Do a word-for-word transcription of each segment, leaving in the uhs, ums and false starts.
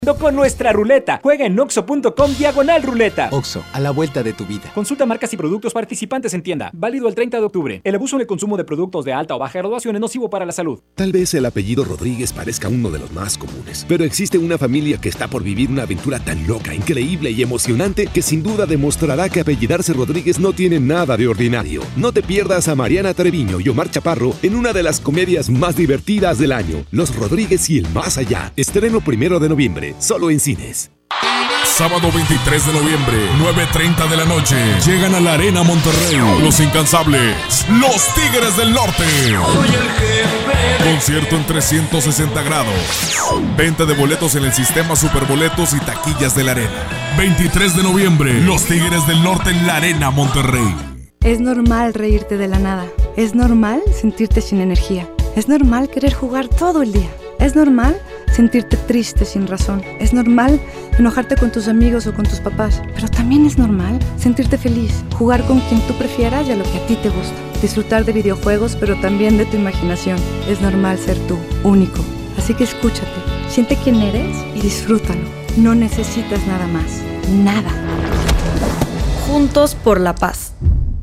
Con nuestra ruleta. Juega en oxo punto com diagonal ruleta. Oxo, a la vuelta de tu vida. Consulta marcas y productos participantes en tienda. Válido el treinta de octubre. El abuso en el consumo de productos de alta o baja graduación es nocivo para la salud. Tal vez el apellido Rodríguez parezca uno de los más comunes, pero existe una familia que está por vivir una aventura tan loca, increíble y emocionante que sin duda demostrará que apellidarse Rodríguez no tiene nada de ordinario. No te pierdas a Mariana Treviño y Omar Chaparro en una de las comedias más divertidas del año, Los Rodríguez y el Más Allá. Estreno primero de noviembre. Solo en cines. Sábado veintitrés de noviembre, nueve treinta de la noche. Llegan a la Arena Monterrey los incansables, los Tigres del Norte. Soy el jefe. Concierto en trescientos sesenta grados. Venta de boletos en el sistema Superboletos y taquillas de la Arena. veintitrés de noviembre, los Tigres del Norte en la Arena Monterrey. Es normal reírte de la nada. Es normal sentirte sin energía. Es normal querer jugar todo el día. Es normal sentirte triste sin razón. Es normal enojarte con tus amigos o con tus papás. Pero también es normal sentirte feliz, jugar con quien tú prefieras y a lo que a ti te gusta. Disfrutar de videojuegos, pero también de tu imaginación. Es normal ser tú, único. Así que escúchate, siente quién eres y disfrútalo. No necesitas nada más. Nada. Juntos por la paz.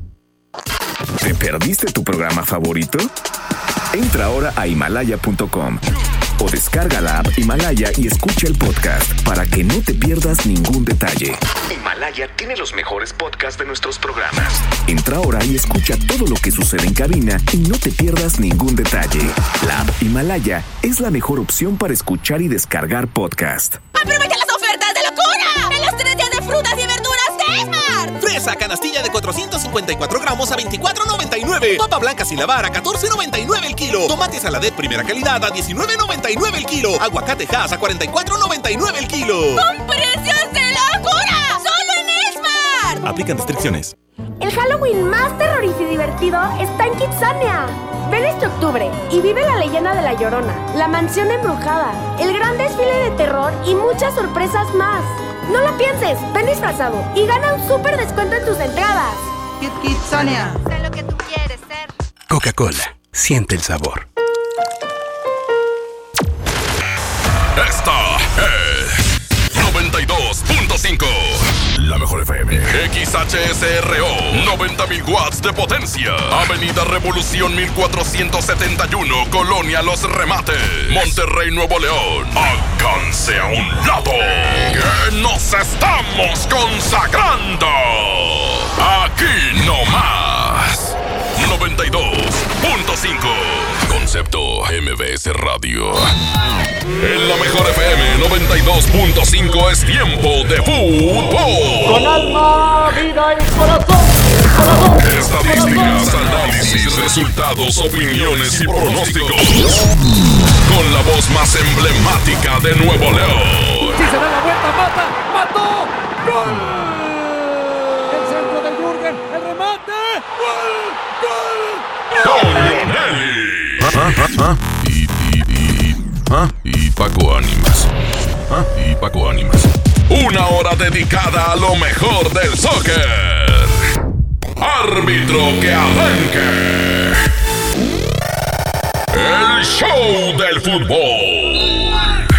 ¿Te perdiste tu programa favorito? Entra ahora a himalaya punto com o descarga la app Himalaya y escucha el podcast para que no te pierdas ningún detalle. Himalaya tiene los mejores podcasts de nuestros programas. Entra ahora y escucha todo lo que sucede en cabina y no te pierdas ningún detalle. La app Himalaya es la mejor opción para escuchar y descargar podcast. ¡Aprovecha las ofertas de locura! ¡En los tres días de frutas y verduras de Esmar! Fresa canastilla de cuatrocientos cincuenta y cuatro gramos a veinticuatro noventa y nueve. Papa blanca sin lavar a catorce noventa y nueve el kilo. Tomate saladet primera calidad a diecinueve noventa y nueve el kilo. Aguacate Hass a cuarenta y cuatro noventa y nueve el kilo. ¡Con precios de locura! ¡Solo en Esmar! Aplican restricciones. El Halloween más terrorífico y divertido está en Kidzania. Ven este octubre y vive la leyenda de La Llorona, la mansión embrujada, el gran desfile de terror y muchas sorpresas más. No lo pienses, ven disfrazado y gana un súper descuento en tus entradas. Kidzania. Sé lo que tú quieres ser. Coca-Cola, siente el sabor. Esta es noventa y dos punto cinco. La mejor F M. X H S R O. noventa mil watts de potencia. Avenida Revolución mil cuatrocientos setenta y uno. Colonia Los Remates. Monterrey, Nuevo León. Alcance a un lado. Que nos estamos consagrando. Aquí no más. noventa y dos punto cinco. Concepto M V S Radio. En la mejor F M noventa y dos punto cinco es tiempo de fútbol. Con alma, vida y corazón. corazón Estadísticas, corazón. Análisis, resultados, opiniones y pronósticos. Con la voz más emblemática de Nuevo León. Si se da la vuelta, mata, mató. ¡Gol! El centro del Jürgen, el remate. ¡Gol! ¡Gol! ¡Gol! ¿Ah, ah, ah? Y, y, y, ¿ah? y Paco Ánimas. ¿Ah? Y Paco Ánimas. Una hora dedicada a lo mejor del soccer. Árbitro que arranque. El show del fútbol.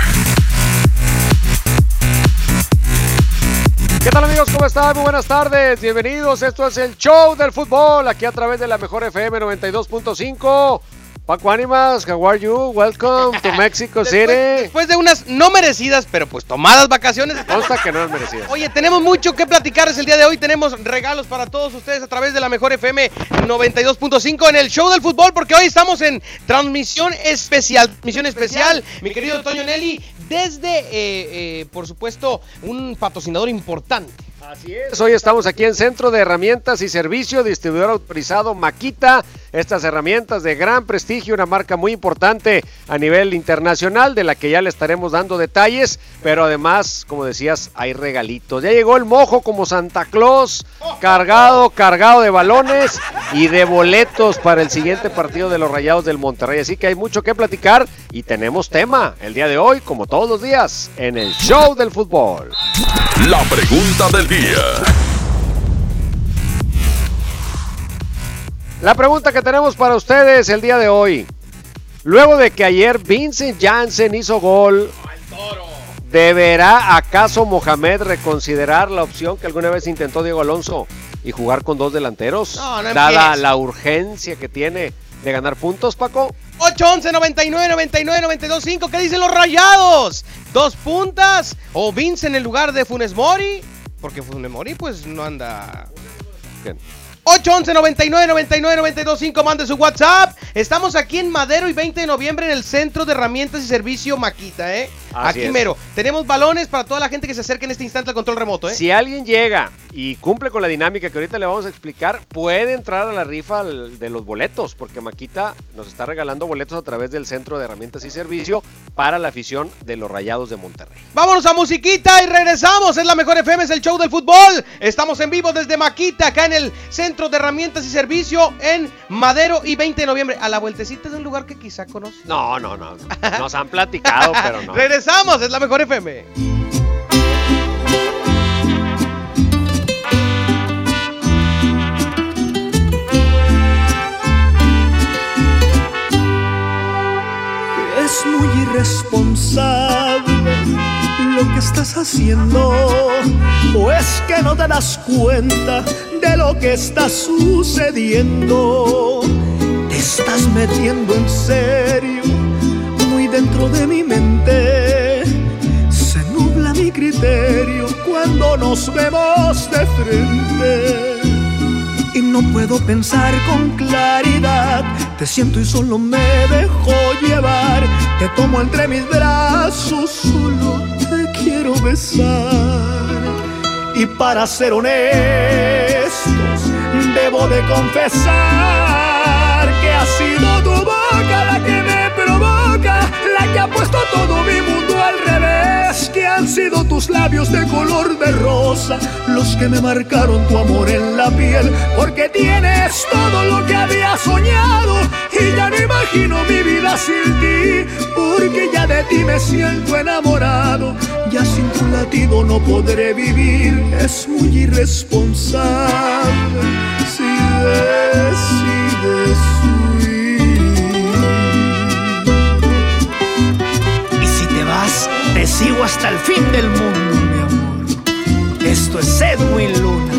¿Qué tal, amigos? ¿Cómo están? Muy buenas tardes. Bienvenidos. Esto es el show del fútbol. Aquí a través de la mejor F M noventa y dos punto cinco. Paco Ánimas, how are you? Welcome to Mexico City. Después, después de unas no merecidas, pero pues tomadas vacaciones. Consta que no es merecidas. Oye, tenemos mucho que platicarles el día de hoy. Tenemos regalos para todos ustedes a través de la mejor F M noventa y dos punto cinco en el show del fútbol, porque hoy estamos en transmisión especial. Transmisión especial, mi querido Toño Nelly, desde, eh, eh, por supuesto, un patrocinador importante. Así es, hoy estamos aquí en Centro de Herramientas y Servicio, distribuidor autorizado Makita. Estas herramientas de gran prestigio, una marca muy importante a nivel internacional, de la que ya le estaremos dando detalles, pero además, como decías, hay regalitos. Ya llegó el mojo como Santa Claus, cargado, cargado de balones y de boletos para el siguiente partido de los Rayados del Monterrey. Así que hay mucho que platicar y tenemos tema el día de hoy, como todos los días, en el show del fútbol. La pregunta del día. La pregunta que tenemos para ustedes el día de hoy. Luego de que ayer Vincent Janssen hizo gol, ¿Deberá acaso Mohamed reconsiderar la opción que alguna vez intentó Diego Alonso y jugar con dos delanteros? No, no dada empieces. la urgencia que tiene de ganar puntos, Paco. ocho once noventa y nueve noventa y nueve noventa y dos cinco. ¿Qué dicen los Rayados? ¿Dos puntas? ¿O Vince en el lugar de Funes Mori? Porque Funes Mori pues no anda... Bien. ocho once noventa y nueve noventa y nueve noventa y dos cinco, mande su WhatsApp. Estamos aquí en Madero y veinte de noviembre en el Centro de Herramientas y Servicio Maquita, ¿eh? Así aquí es. mero. Tenemos balones para toda la gente que se acerque en este instante al control remoto, ¿eh? Si alguien llega y cumple con la dinámica que ahorita le vamos a explicar, puede entrar a la rifa de los boletos, porque Maquita nos está regalando boletos a través del Centro de Herramientas y Servicio para la afición de los Rayados de Monterrey. Vámonos a musiquita y regresamos. Es la mejor F M, es el show del fútbol. Estamos en vivo desde Maquita, acá en el Centro de Herramientas y Servicio en Madero y veinte de noviembre. A la vueltecita de un lugar que quizá conoce. No, no, no. Nos han platicado, pero no. Regresamos, es la mejor F M. Es muy irresponsable lo que estás haciendo, o es que no te das cuenta de lo que está sucediendo. Te estás metiendo en serio, muy dentro de mi mente. Se nubla mi criterio cuando nos vemos de frente. Y no puedo pensar con claridad. Te siento y solo me dejo llevar. Te tomo entre mis brazos, solo te quiero besar. Y para ser honestos, debo de confesar que ha sido tu boca la que me provoca, la que ha puesto todo mi mundo al revés. Que han sido tus labios de color de rosa los que me marcaron tu amor en la piel. Porque tienes todo lo que había soñado y ya no imagino mi vida sin ti. Porque ya de ti me siento enamorado, ya sin tu latido no podré vivir. Es muy irresponsable si decides huir. Y si te vas, te sigo hasta el fin del mundo, mi amor. Esto es Edwin Luna.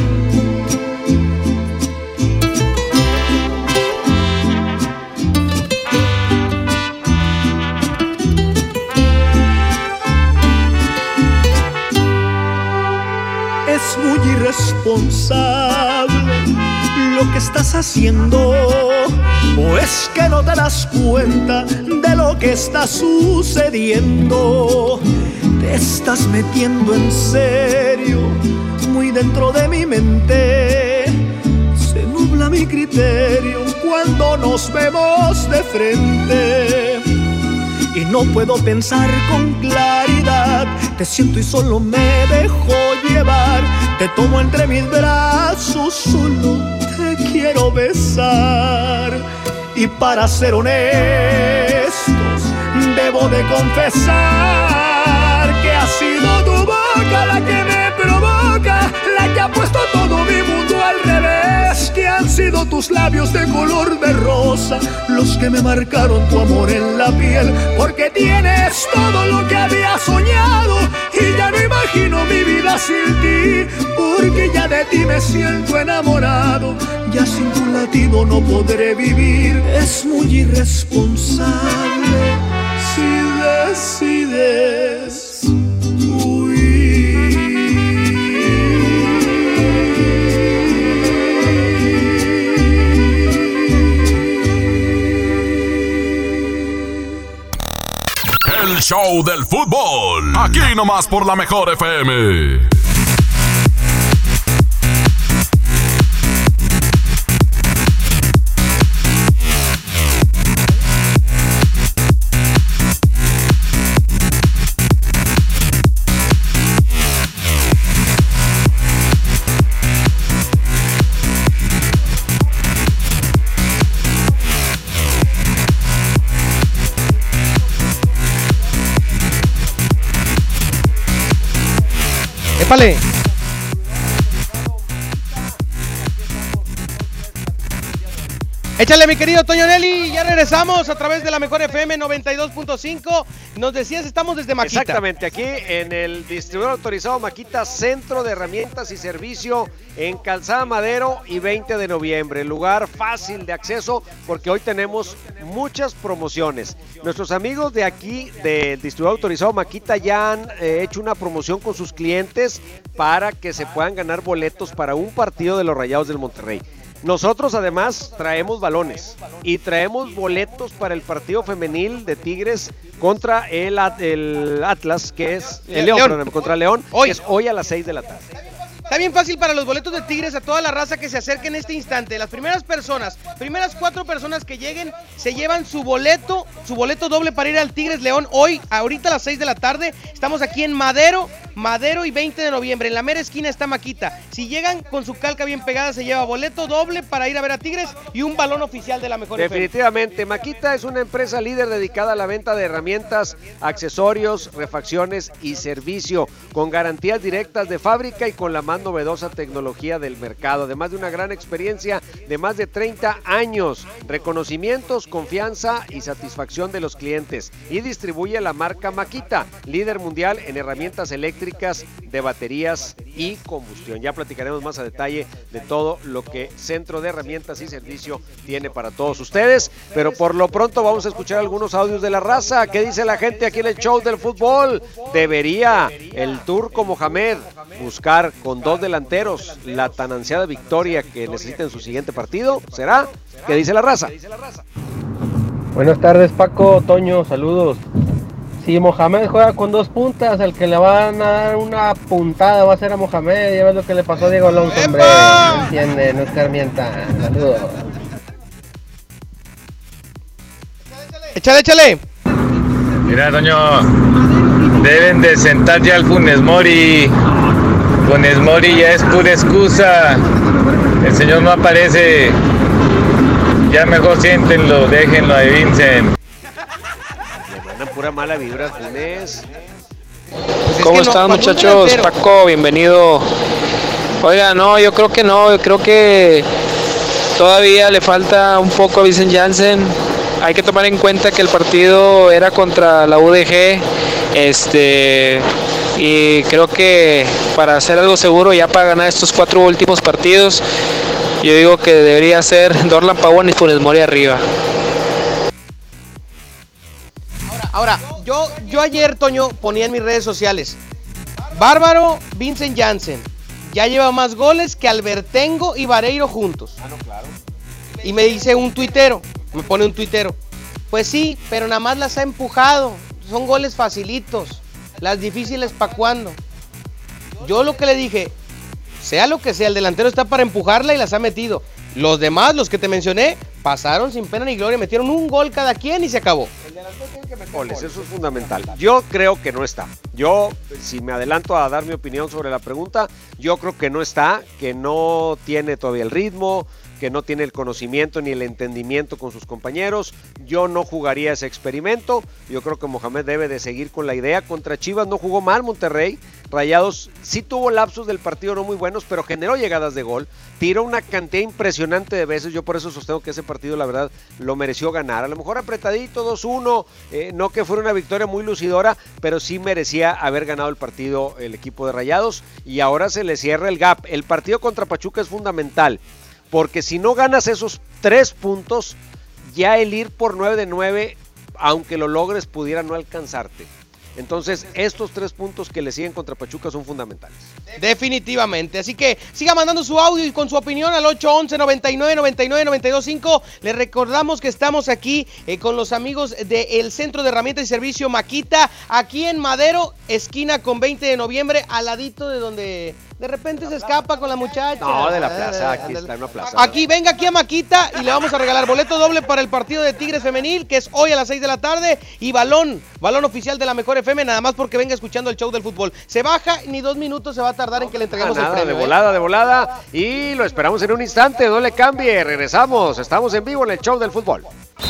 Es muy irresponsable lo que estás haciendo, o es que no te das cuenta de lo que está sucediendo. Te estás metiendo en serio, muy dentro de mi mente. Se nubla mi criterio cuando nos vemos de frente. Y no puedo pensar con claridad. Te siento y solo me dejo llevar. Te tomo entre mis brazos, solo te quiero besar. Y para ser honestos, debo de confesar que ha sido tu boca la que me provoca, la que ha puesto todo mi mundo al revés. Que han sido tus labios de color de rosa los que me marcaron tu amor en la piel. Porque tienes todo lo que había soñado y ya no imagino mi vida sin ti. Porque ya de ti me siento enamorado, ya sin tu latido no podré vivir. Es muy irresponsable si decides huir. El show del fútbol, aquí nomás por la mejor F M. Épale. Échale, mi querido Toño Nelly, ya regresamos a través de la Mejor F M noventa y dos punto cinco. Nos decías, estamos desde Maquita. Exactamente, aquí en el distribuidor autorizado Maquita, centro de herramientas y servicio en Calzada Madero y veinte de noviembre. Lugar fácil de acceso porque hoy tenemos muchas promociones. Nuestros amigos de aquí del distribuidor autorizado Maquita ya han eh, hecho una promoción con sus clientes para que se puedan ganar boletos para un partido de los Rayados del Monterrey. Nosotros además traemos balones y traemos boletos para el partido femenil de Tigres contra el, el Atlas, que es el, el León, León. Perdón, contra León, hoy. Que es hoy a las seis de la tarde. Está bien fácil para los boletos de Tigres, a toda la raza que se acerque en este instante. Las primeras personas, primeras cuatro personas que lleguen, se llevan su boleto, su boleto doble para ir al Tigres León hoy, ahorita a las seis de la tarde. Estamos aquí en Madero, Madero y veinte de noviembre. En la mera esquina está Maquita. Si llegan con su calca bien pegada, se lleva boleto doble para ir a ver a Tigres y un balón oficial de la Mejor Definitivamente, F M. Maquita es una empresa líder dedicada a la venta de herramientas, accesorios, refacciones y servicio, con garantías directas de fábrica y con la más novedosa tecnología del mercado, además de una gran experiencia de más de treinta años, reconocimientos, confianza y satisfacción de los clientes, y distribuye la marca Maquita, líder mundial en herramientas eléctricas, de baterías y combustión. Ya platicaremos más a detalle de todo lo que Centro de Herramientas y Servicio tiene para todos ustedes, pero por lo pronto vamos a escuchar algunos audios de la raza. ¿Qué dice la gente aquí en el show del fútbol? Debería el Turco Mohamed buscar con dos delanteros la tan ansiada victoria que necesita en su siguiente partido. ¿Será? ¿Qué dice la raza? Buenas tardes, Paco, Toño, saludos. Si Mohamed juega con dos puntas, el que le van a dar una puntada va a ser a Mohamed. Ya ves lo que le pasó a Diego Alonso, hombre. No entiende, no es Carmienta. Saludos. Échale, échale. Mira, Toño, deben de sentar ya al Funes Mori. Funes Mori ya es pura excusa. El señor no aparece. Ya mejor siéntenlo, déjenlo a Vincent. Le mandan pura mala vibra al Funes. Pues ¿Cómo es están, no, muchachos? Paco, bienvenido. Oiga, no, yo creo que no. Yo creo que todavía le falta un poco a Vincent Janssen. Hay que tomar en cuenta que el partido era contra la U D G. Este... Y creo que para hacer algo seguro ya para ganar estos cuatro últimos partidos, yo digo que debería ser Dorlan Pavón y Funes Mori arriba. Ahora, ahora yo, yo ayer, Toño, ponía en mis redes sociales, bárbaro Vincent Janssen, ya lleva más goles que Albertengo y Vareiro juntos. Ah, no, claro. Y me dice un tuitero, me pone un tuitero, pues sí, pero nada más las ha empujado, son goles facilitos. Las difíciles para cuándo. Yo lo que le dije, sea lo que sea, el delantero está para empujarla y las ha metido. Los demás, los que te mencioné, pasaron sin pena ni gloria, metieron un gol cada quien y se acabó. El delantero tiene que meter goles, eso es fundamental. Yo creo que no está. Yo, si me adelanto a dar mi opinión sobre la pregunta, yo creo que no está, que no tiene todavía el ritmo, que no tiene el conocimiento ni el entendimiento con sus compañeros. Yo no jugaría ese experimento. Yo creo que Mohamed debe de seguir con la idea. Contra Chivas no jugó mal Monterrey. Rayados sí tuvo lapsos del partido no muy buenos, pero generó llegadas de gol. Tiró una cantidad impresionante de veces. Yo por eso sostengo que ese partido, la verdad, lo mereció ganar. A lo mejor apretadito, dos uno. Eh, no que fuera una victoria muy lucidora, pero sí merecía haber ganado el partido el equipo de Rayados. Y ahora se le cierra el gap. El partido contra Pachuca es fundamental, porque si no ganas esos tres puntos, ya el ir por nueve de nueve, aunque lo logres, pudiera no alcanzarte. Entonces, estos tres puntos que le siguen contra Pachuca son fundamentales. Definitivamente, así que siga mandando su audio y con su opinión al ocho once, noventa y nueve, noventa y nueve, noventa y dos cinco. Les recordamos que estamos aquí eh, con los amigos del Centro de Herramientas y Servicio Maquita, aquí en Madero, esquina con veinte de noviembre, al ladito de donde de repente se escapa con la muchacha. No, de la plaza, aquí está en una plaza. Aquí, venga aquí a Maquita y le vamos a regalar boleto doble para el partido de Tigres Femenil, que es hoy a las seis de la tarde, y balón, balón oficial de la Mejor F M, nada más porque venga escuchando el show del fútbol. Se baja, ni dos minutos se va a tardar en que le entreguemos nada, el premio. De volada, ¿eh? de volada, y lo esperamos en un instante, no le cambie, regresamos, estamos en vivo en el show del fútbol.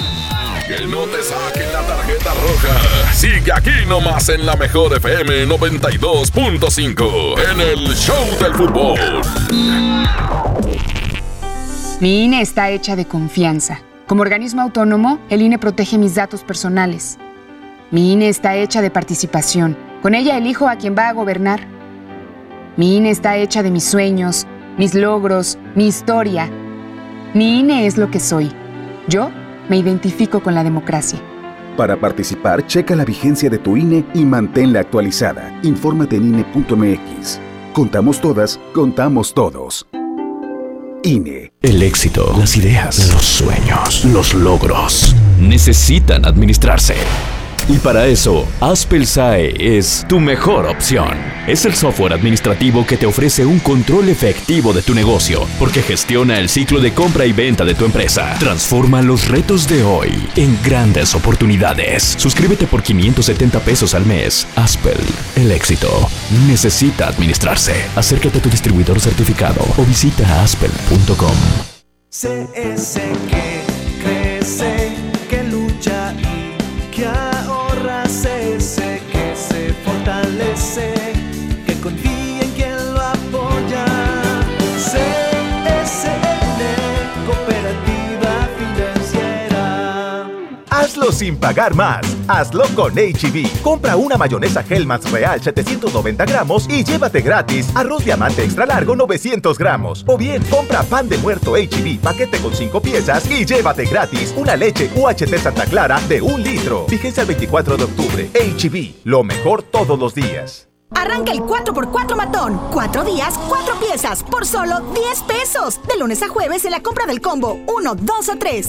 Que no te saquen la tarjeta roja. Sigue aquí nomás en la Mejor F M noventa y dos punto cinco, en el show del fútbol. Mi I N E está hecha de confianza. Como organismo autónomo, el I N E protege mis datos personales. Mi I N E está hecha de participación. Con ella elijo a quien va a gobernar. Mi I N E está hecha de mis sueños, mis logros, mi historia. Mi I N E es lo que soy. Yo me identifico con la democracia. Para participar, checa la vigencia de tu I N E y manténla actualizada. Infórmate en I N E punto M X. Contamos todas, contamos todos. I N E. El éxito, las ideas, los sueños, los logros necesitan administrarse. Y para eso, Aspel S A E es tu mejor opción. Es el software administrativo que te ofrece un control efectivo de tu negocio, porque gestiona el ciclo de compra y venta de tu empresa. Transforma los retos de hoy en grandes oportunidades. Suscríbete por quinientos setenta pesos al mes. Aspel, el éxito necesita administrarse. Acércate a tu distribuidor certificado o visita aspel punto com. C S que crece, que lucha y que ahorra. C S que se fortalece, que confía en quien lo apoya. C S N, Cooperativa Financiera. Hazlo sin pagar más. Hazlo con H E B. Compra una mayonesa Hellmann's Real setecientos noventa gramos y llévate gratis arroz diamante extra largo novecientos gramos. O bien, compra pan de muerto H E B paquete con cinco piezas y llévate gratis una leche U H T Santa Clara de un litro. Fíjense el veinticuatro de octubre. H E B, lo mejor todos los días. Arranca el cuatro por cuatro matón. Cuatro días, cuatro piezas, por solo diez pesos. De lunes a jueves en la compra del combo uno, dos o tres.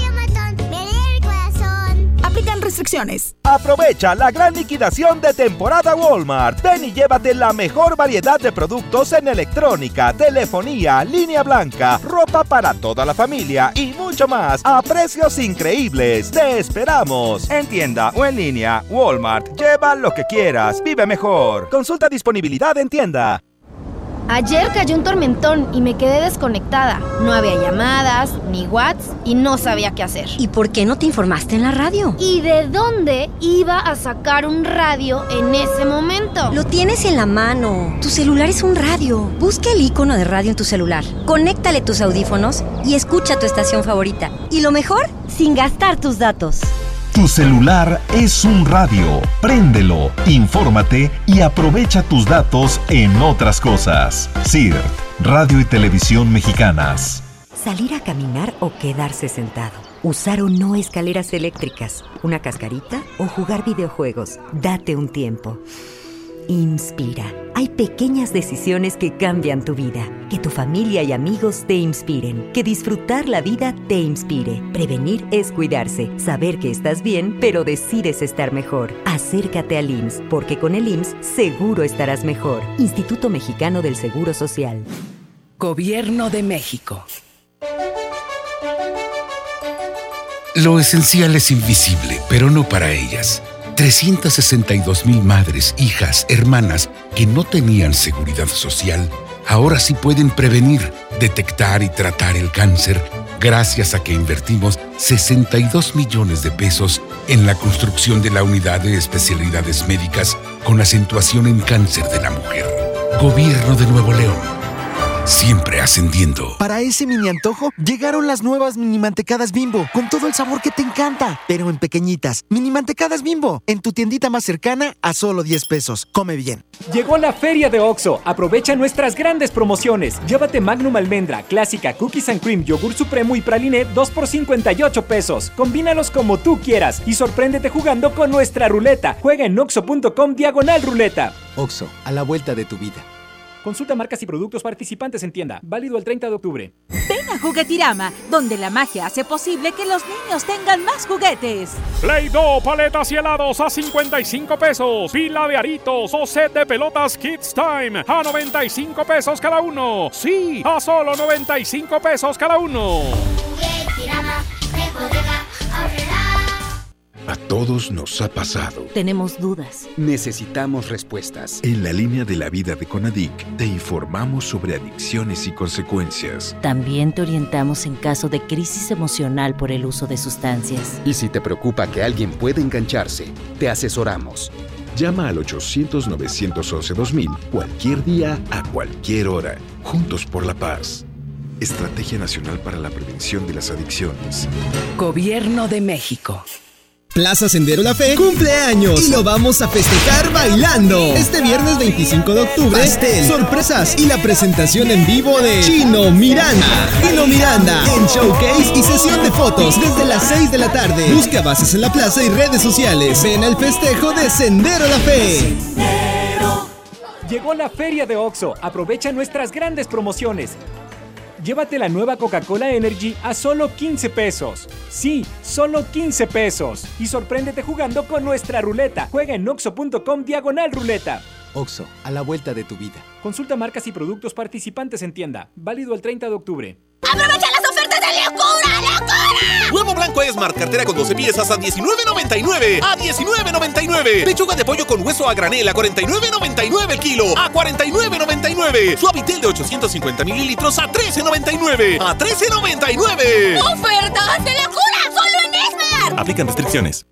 Aplican restricciones. Aprovecha la gran liquidación de temporada Walmart. Ven y llévate la mejor variedad de productos en electrónica, telefonía, línea blanca, ropa para toda la familia y mucho más a precios increíbles. Te esperamos. En tienda o en línea, Walmart. Lleva lo que quieras. Vive mejor. Consulta disponibilidad en tienda. Ayer cayó un tormentón y me quedé desconectada. No había llamadas, ni WhatsApp y no sabía qué hacer. ¿Y por qué no te informaste en la radio? ¿Y de dónde iba a sacar un radio en ese momento? Lo tienes en la mano. Tu celular es un radio. Busca el icono de radio en tu celular. Conéctale tus audífonos y escucha tu estación favorita. Y lo mejor, sin gastar tus datos. Tu celular es un radio. Préndelo, infórmate y aprovecha tus datos en otras cosas. C I R T, Radio y Televisión Mexicanas. Salir a caminar o quedarse sentado. Usar o no escaleras eléctricas. Una cascarita o jugar videojuegos. Date un tiempo. Inspira. Hay pequeñas decisiones que cambian tu vida. Que tu familia y amigos te inspiren. Que disfrutar la vida te inspire. Prevenir es cuidarse. Saber que estás bien, pero decides estar mejor. Acércate al I M S S, porque con el I M S S seguro estarás mejor. Instituto Mexicano del Seguro Social. Gobierno de México. Lo esencial es invisible, pero no para ellas. trescientas sesenta y dos mil madres, hijas, hermanas que no tenían seguridad social, ahora sí pueden prevenir, detectar y tratar el cáncer gracias a que invertimos sesenta y dos millones de pesos en la construcción de la unidad de especialidades médicas con acentuación en cáncer de la mujer. Gobierno de Nuevo León. Siempre ascendiendo. Para ese mini antojo, llegaron las nuevas mini mantecadas Bimbo, con todo el sabor que te encanta, pero en pequeñitas. Mini mantecadas Bimbo, en tu tiendita más cercana a solo diez pesos. Come bien. Llegó la feria de Oxxo. Aprovecha nuestras grandes promociones. Llévate Magnum Almendra, Clásica, Cookies and Cream, Yogur Supremo y Praline dos por cincuenta y ocho pesos. Combínalos como tú quieras y sorpréndete jugando con nuestra ruleta. Juega en oxxo punto com diagonal ruleta. Oxxo, a la vuelta de tu vida. Consulta marcas y productos participantes en tienda. Válido el treinta de octubre. Ven a Juguetirama, donde la magia hace posible que los niños tengan más juguetes. Play-Doh, paletas y helados a cincuenta y cinco pesos. Pila de aritos o set de pelotas Kids Time a noventa y cinco pesos cada uno. Sí, a solo noventa y cinco pesos cada uno. Juguetirama, de bodega, ahorrará. A todos nos ha pasado. Tenemos dudas. Necesitamos respuestas. En la línea de la vida de CONADIC te informamos sobre adicciones y consecuencias. También te orientamos en caso de crisis emocional por el uso de sustancias. Y si te preocupa que alguien pueda engancharse, te asesoramos. Llama al ochocientos, novecientos once, dos mil cualquier día, a cualquier hora. Juntos por la paz. Estrategia Nacional para la Prevención de las Adicciones. Gobierno de México. Plaza Sendero La Fe cumple años y lo vamos a festejar bailando. Este viernes veinticinco de octubre, pastel, sorpresas y la presentación en vivo de Chino Miranda. Chino Miranda en showcase y sesión de fotos desde las seis de la tarde. Busca bases en la plaza y redes sociales. Ven al festejo de Sendero La Fe. Llegó la feria de Oxxo. Aprovecha nuestras grandes promociones. Llévate la nueva Coca-Cola Energy a solo quince pesos. Sí, solo quince pesos. Y sorpréndete jugando con nuestra ruleta. Juega en oxxo punto com diagonal ruleta. Oxxo, a la vuelta de tu vida. Consulta marcas y productos participantes en tienda. Válido el treinta de octubre. ¡Aprovecha las ofertas de locura, locura! Huevo blanco Esmart, cartera con doce piezas a diecinueve noventa y nueve. A diecinueve noventa y nueve. Pechuga de pollo con hueso a granel a cuarenta y nueve noventa y nueve el kilo. A cuarenta y nueve noventa y nueve. Suavitel de ochocientos cincuenta mililitros a trece noventa y nueve. A trece noventa y nueve. ¡Ofertas de locura! ¡Solo en Esmart! Aplican restricciones.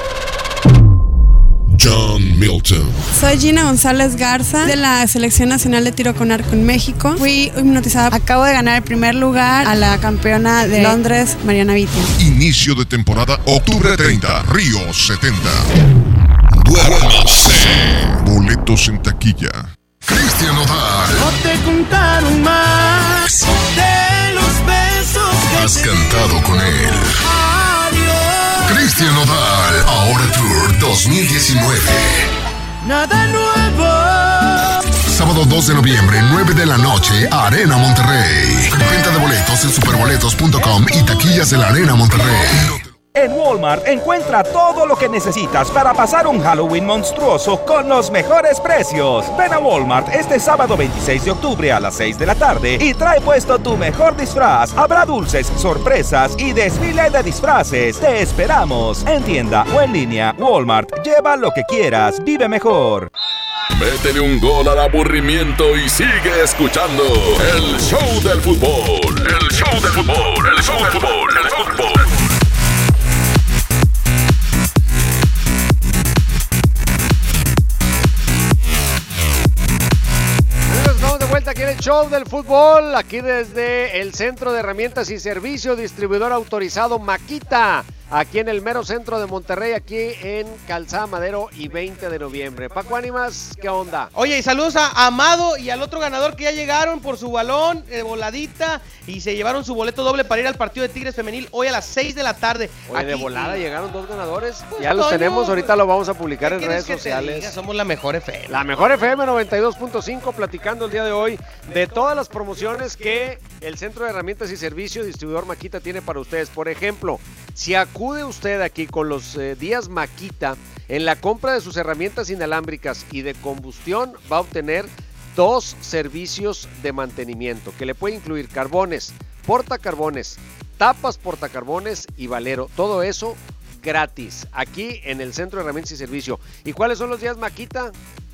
John Milton. Soy Gina González Garza de la Selección Nacional de Tiro con Arco en México. Fui hipnotizada. Acabo de ganar el primer lugar a la campeona de Londres, Mariana Vitti. Inicio de temporada, octubre treinta, Río setenta. Duérmase. Boletos en taquilla. Cristian Nodal. No te contaron más de los besos que has cantado con él. Cristian Nodal, Ahora Tour dos mil diecinueve. Nada nuevo. Sábado dos de noviembre, nueve de la noche, Arena Monterrey. Venta de boletos en superboletos punto com y taquillas de la Arena Monterrey. En Walmart encuentra todo lo que necesitas para pasar un Halloween monstruoso con los mejores precios. Ven a Walmart este sábado veintiséis de octubre a las seis de la tarde y trae puesto tu mejor disfraz. Habrá dulces, sorpresas y desfile de disfraces. Te esperamos en tienda o en línea. Walmart, lleva lo que quieras, vive mejor. Métele un gol al aburrimiento y sigue escuchando el show del fútbol. El show del fútbol, el show del fútbol, el show del fútbol. Aquí en el show del fútbol, aquí desde el Centro de Herramientas y Servicio, distribuidor autorizado Makita, aquí en el mero centro de Monterrey, aquí en Calzada Madero y veinte de noviembre. Paco Ánimas, ¿qué onda? Oye, y saludos a Amado y al otro ganador que ya llegaron por su balón, de voladita, y se llevaron su boleto doble para ir al partido de Tigres Femenil hoy a las seis de la tarde. Oye, aquí, de volada y... llegaron dos ganadores, pues, ya los Toño, tenemos, ahorita lo vamos a publicar en redes que sociales. Diga, somos la mejor F M. La mejor F M noventa y dos punto cinco, platicando el día de hoy de todas las promociones que el Centro de Herramientas y Servicio Distribuidor Makita tiene para ustedes. Por ejemplo, si acude usted aquí con los eh, días Makita, en la compra de sus herramientas inalámbricas y de combustión va a obtener dos servicios de mantenimiento que le puede incluir carbones, portacarbones, tapas portacarbones y valero. Todo eso gratis aquí en el Centro de Herramientas y Servicio. ¿Y cuáles son los días Makita?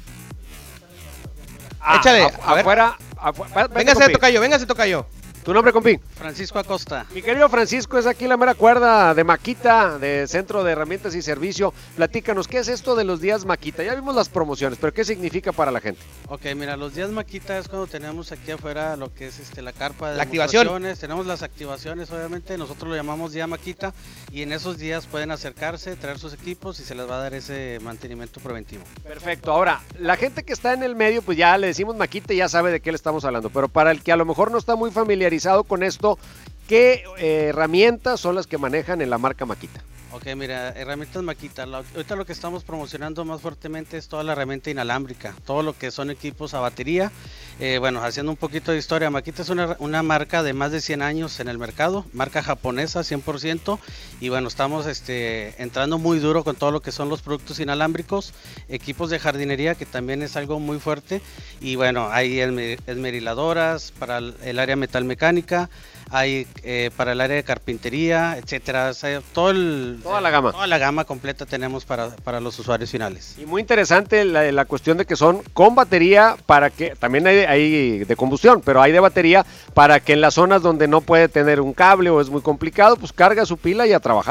Ah, Échale, a, a afuera. afuera véngase, tocayo, véngase, tocayo. ¿Tu nombre, compi? Francisco Acosta. Mi querido Francisco, es aquí la mera cuerda de Makita, de Centro de Herramientas y Servicio. Platícanos, ¿qué es esto de los días Makita? Ya vimos las promociones, pero ¿qué significa para la gente? Ok, mira, los días Makita es cuando tenemos aquí afuera lo que es este la carpa de la activación. Tenemos las activaciones, obviamente, nosotros lo llamamos día Makita, y en esos días pueden acercarse, traer sus equipos y se les va a dar ese mantenimiento preventivo. Perfecto. Ahora, la gente que está en el medio, pues ya le decimos Makita y ya sabe de qué le estamos hablando, pero para el que a lo mejor no está muy familiarizado con esto, ¿qué eh, herramientas son las que manejan en la marca Makita? Ok, mira, herramientas Makita. La, ahorita lo que estamos promocionando más fuertemente es toda la herramienta inalámbrica, todo lo que son equipos a batería. Eh, bueno, haciendo un poquito de historia, Makita es una, una marca de más de cien años en el mercado, marca japonesa cien por ciento, y bueno, estamos este, entrando muy duro con todo lo que son los productos inalámbricos, equipos de jardinería, que también es algo muy fuerte, y bueno, hay esmeriladoras para el área metalmecánica, hay eh, para el área de carpintería, etcétera, o sea, todo el, toda la gama toda la gama completa tenemos para, para los usuarios finales. Y muy interesante la, la cuestión de que son con batería, para que también hay, hay de combustión, pero hay de batería para que en las zonas donde no puede tener un cable o es muy complicado, pues carga su pila y a trabajar.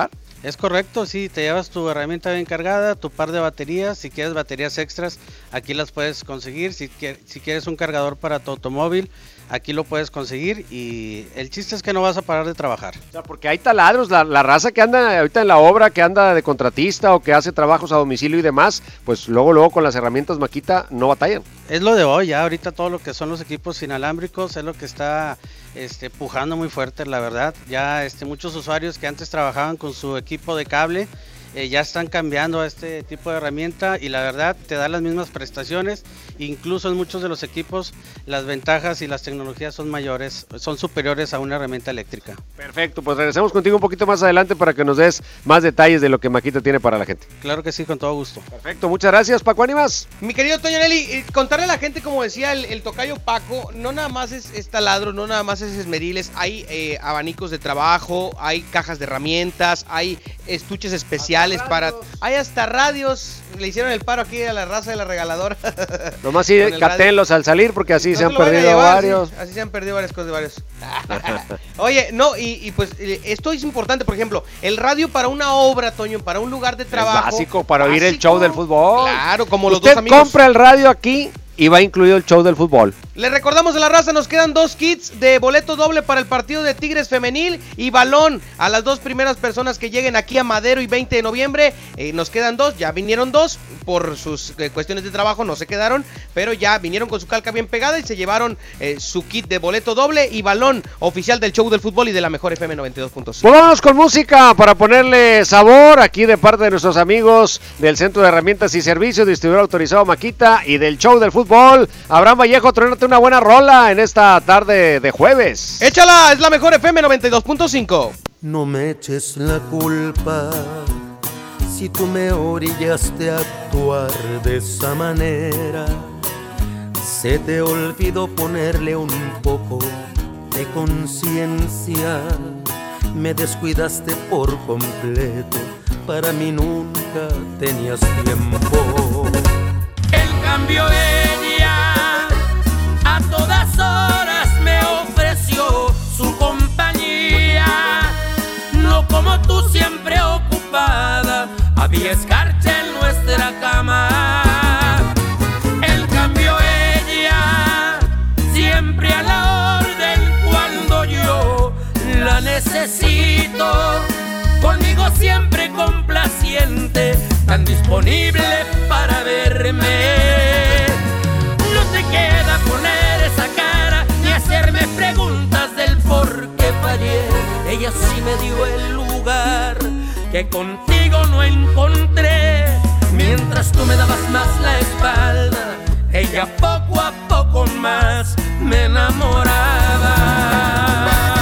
Es correcto, sí, te llevas tu herramienta bien cargada, tu par de baterías, si quieres baterías extras, aquí las puedes conseguir, si, que, si quieres un cargador para tu automóvil, aquí lo puedes conseguir y el chiste es que no vas a parar de trabajar. O sea, porque hay taladros, la, la raza que anda ahorita en la obra, que anda de contratista o que hace trabajos a domicilio y demás, pues luego luego con las herramientas Makita no batallan. Es lo de hoy, ya ahorita todo lo que son los equipos inalámbricos es lo que está este, pujando muy fuerte, la verdad. Ya este, muchos usuarios que antes trabajaban con su equipo de cable, Eh, ya están cambiando a este tipo de herramienta y la verdad te da las mismas prestaciones, incluso en muchos de los equipos las ventajas y las tecnologías son mayores, son superiores a una herramienta eléctrica. Perfecto, pues regresamos contigo un poquito más adelante para que nos des más detalles de lo que Makita tiene para la gente. Claro que sí, con todo gusto. Perfecto, muchas gracias, Paco Ánimas. Mi querido Toño Nelly, eh, contarle a la gente, como decía el, el tocayo Paco, no nada más es, es taladro, no nada más es esmeriles, hay eh, abanicos de trabajo, hay cajas de herramientas, hay estuches especiales para, hay hasta radios, le hicieron el paro aquí a la raza de la regaladora. Nomás sí, catenlos al salir porque así no se han se perdido llevar, varios. Sí, así se han perdido varias cosas de varios. Oye, no, y, y pues esto es importante, por ejemplo, el radio para una obra, Toño, para un lugar de trabajo. Es básico para oír el show del fútbol. Claro, como los Usted dos amigos. compra el radio aquí y va incluido el show del fútbol. Le recordamos a la raza, nos quedan dos kits de boleto doble para el partido de Tigres femenil y balón a las dos primeras personas que lleguen aquí a Madero y veinte de noviembre. Eh, nos quedan dos, ya vinieron dos, por sus eh, cuestiones de trabajo no se quedaron, pero ya vinieron con su calca bien pegada y se llevaron eh, su kit de boleto doble y balón oficial del show del fútbol y de la mejor F M noventa y dos punto cinco. Pues vámonos con música para ponerle sabor aquí de parte de nuestros amigos del Centro de Herramientas y Servicios, distribuidor autorizado Makita y del show del fútbol. Abraham Vallejo, tronate una buena rola en esta tarde de jueves. Échala, es la mejor F M noventa y dos punto cinco. No me eches la culpa si tú me orillaste a actuar de esa manera. Se te olvidó ponerle un poco de conciencia. Me descuidaste por completo, para mí nunca tenías tiempo. En cambio ella a todas horas me ofreció su compañía, no como tú siempre ocupada, había escarcha en nuestra cama. En cambio ella siempre a la orden cuando yo la necesito, conmigo siempre complaciente, tan disponible para verme. No te queda poner esa cara ni hacerme preguntas del por qué fallé. Ella sí me dio el lugar que contigo no encontré. Mientras tú me dabas más la espalda, ella poco a poco más me enamoraba.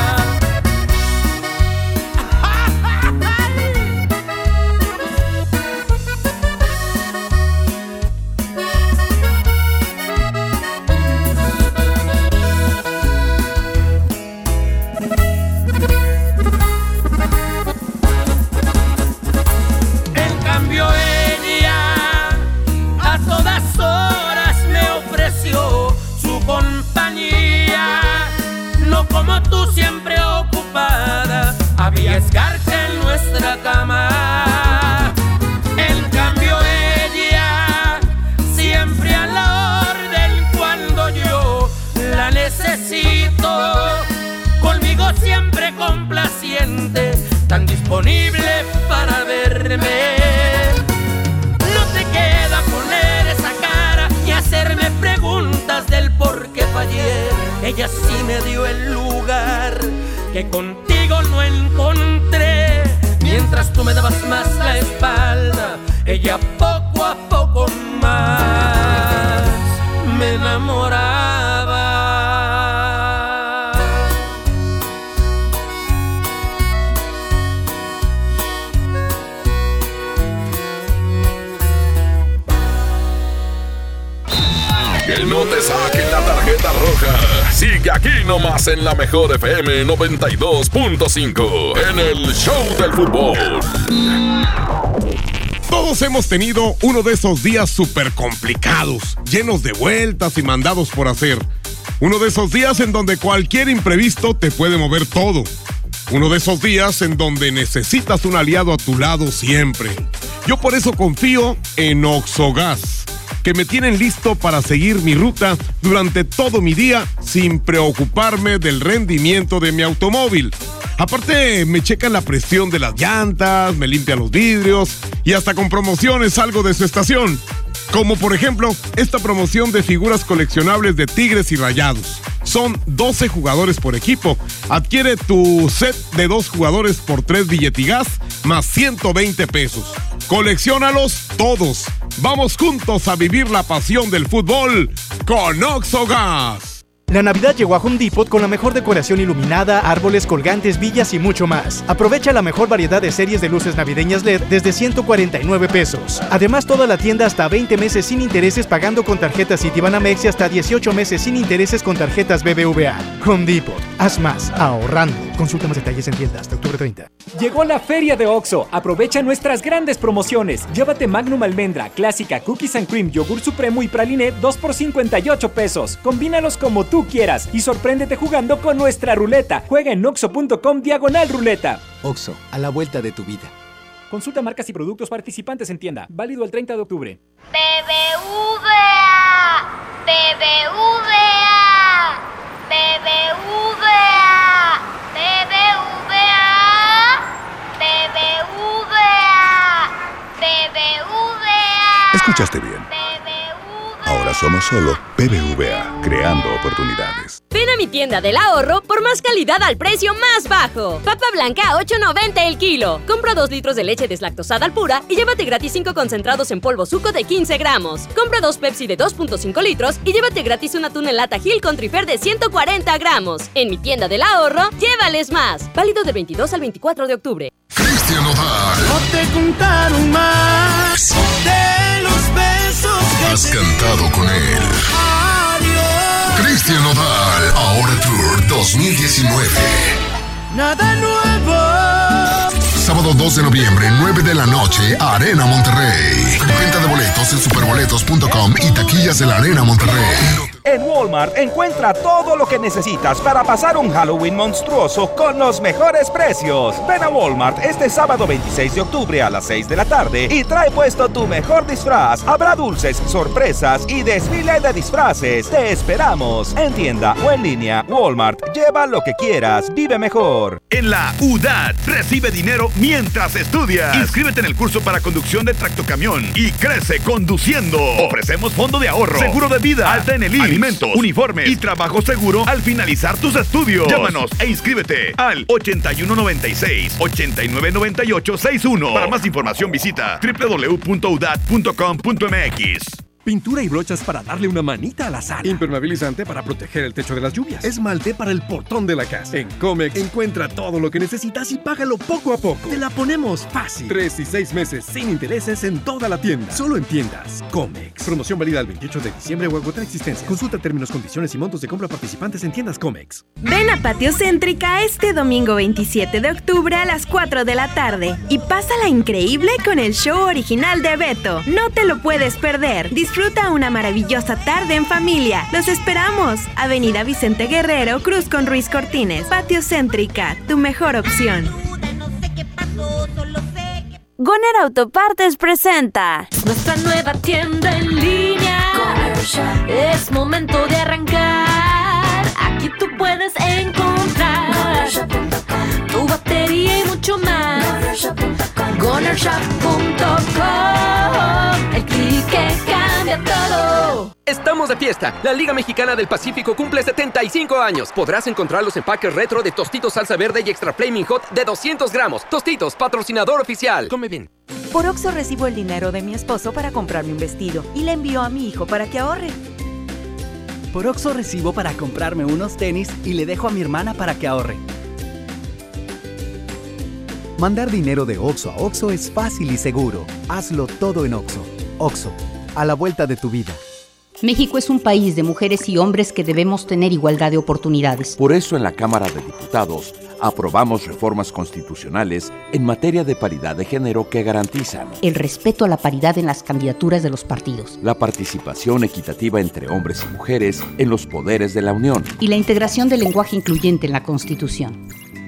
Como tú siempre ocupada, había escarcha en nuestra cama. En cambio ella siempre a la orden cuando yo la necesito, conmigo siempre complaciente, tan disponible para verme. No te queda poner esa cara y hacerme preguntas del por qué fallé. Ella sí me dio el lugar que contigo no encontré. Mientras tú me dabas más la espalda, ella poco a poco más me enamoraba. Que no te saquen la tarjeta roja. Sigue aquí nomás en la mejor F M noventa y dos punto cinco, en el show del fútbol. Todos hemos tenido uno de esos días súper complicados, llenos de vueltas y mandados por hacer. Uno de esos días en donde cualquier imprevisto te puede mover todo. Uno de esos días en donde necesitas un aliado a tu lado siempre. Yo por eso confío en Oxogas, que me tienen listo para seguir mi ruta durante todo mi día sin preocuparme del rendimiento de mi automóvil. Aparte, me checan la presión de las llantas, me limpian los vidrios y hasta con promociones salgo de su estación. Como por ejemplo, esta promoción de figuras coleccionables de Tigres y Rayados. Son doce jugadores por equipo. Adquiere tu set de dos jugadores por tres billetigas más ciento veinte pesos. Colecciónalos todos. Vamos juntos a vivir la pasión del fútbol con Oxogas. La Navidad llegó a Home Depot con la mejor decoración iluminada, árboles, colgantes, villas y mucho más. Aprovecha la mejor variedad de series de luces navideñas L E D desde ciento cuarenta y nueve pesos. Además, toda la tienda hasta veinte meses sin intereses pagando con tarjetas Citibanamex y hasta dieciocho meses sin intereses con tarjetas B B V A. Home Depot. Haz más ahorrando. Consulta más detalles en tienda hasta octubre treinta. Llegó la feria de Oxxo. Aprovecha nuestras grandes promociones. Llévate Magnum Almendra, Clásica, Cookies and Cream, Yogur Supremo y Praliné dos por cincuenta y ocho pesos. Combínalos como tú quieras y sorpréndete jugando con nuestra ruleta. Juega en oxo punto com diagonal ruleta. Oxxo, a la vuelta de tu vida. Consulta marcas y productos participantes en tienda. Válido el treinta de octubre. B B V A, B B V A, B B V A, B B V A, B B V A, B B V A. Escuchaste bien. Ahora somos solo B B V A, creando oportunidades. Ven a mi tienda del ahorro por más calidad al precio más bajo. Papa blanca a ocho noventa el kilo. Compra dos litros de leche deslactosada al pura y llévate gratis cinco concentrados en polvo Zuco de quince gramos. Compra dos Pepsi de dos punto cinco litros y llévate gratis un atún en lata Gil con Trifer de ciento cuarenta gramos. En mi tienda del ahorro, llévales más. Válido del veintidós al veinticuatro de octubre. Cristian Nodal. No te contaron más de los besos que has cantado con él. Adiós. Cristian Nodal, Ahora Tour dos mil diecinueve. Nada nuevo. Sábado dos de noviembre, nueve de la noche, Arena Monterrey. Venta de boletos en superboletos punto com y taquillas de la Arena Monterrey. En Walmart encuentra todo lo que necesitas para pasar un Halloween monstruoso con los mejores precios. Ven a Walmart este sábado veintiséis de octubre a las seis de la tarde y trae puesto tu mejor disfraz. Habrá dulces, sorpresas y desfile de disfraces. Te esperamos en tienda o en línea. Walmart, lleva lo que quieras, vive mejor. En la U D A T recibe dinero mientras estudias. Inscríbete en el curso para conducción de tractocamión y crece conduciendo. Ofrecemos fondo de ahorro, seguro de vida, alta en el I M S S, alimentos, uniformes y trabajo seguro al finalizar tus estudios. Llámanos e inscríbete al ochenta y uno noventa y seis, ochenta y nueve noventa y ocho sesenta y uno. Para más información visita doble u doble u doble u punto u d a t punto com punto m x. Pintura y brochas para darle una manita a la sala. Impermeabilizante para proteger el techo de las lluvias. Esmalte para el portón de la casa. En Comex encuentra todo lo que necesitas y págalo poco a poco. Te la ponemos fácil. Tres y seis meses sin intereses en toda la tienda. Solo en tiendas Comex. Promoción válida el veintiocho de diciembre o agotar existencia. Consulta términos, condiciones y montos de compra participantes en tiendas Comex. Ven a Patio Céntrica este domingo veintisiete de octubre a las cuatro de la tarde y pásala increíble con el show original de Beto. No te lo puedes perder. Disfruta una maravillosa tarde en familia. Los esperamos. Avenida Vicente Guerrero, Cruz con Ruiz Cortines. Patio Céntrica, tu mejor opción. Goner Autopartes presenta nuestra nueva tienda en línea. Es momento de arrancar. Aquí tú puedes encontrar tu batería y mucho más. goner shop punto com, el clic que cambia todo. Estamos de fiesta. La Liga Mexicana del Pacífico cumple setenta y cinco años. Podrás encontrar los empaques retro de Tostitos Salsa Verde y Extra Flaming Hot de doscientos gramos. Tostitos, patrocinador oficial. Come bien. Por Oxxo recibo el dinero de mi esposo para comprarme un vestido y le envío a mi hijo para que ahorre. Por Oxxo recibo para comprarme unos tenis y le dejo a mi hermana para que ahorre. Mandar dinero de Oxxo a Oxxo es fácil y seguro. Hazlo todo en Oxxo. Oxxo, a la vuelta de tu vida. México es un país de mujeres y hombres que debemos tener igualdad de oportunidades. Por eso en la Cámara de Diputados aprobamos reformas constitucionales en materia de paridad de género que garantizan el respeto a la paridad en las candidaturas de los partidos, la participación equitativa entre hombres y mujeres en los poderes de la Unión y la integración del lenguaje incluyente en la Constitución.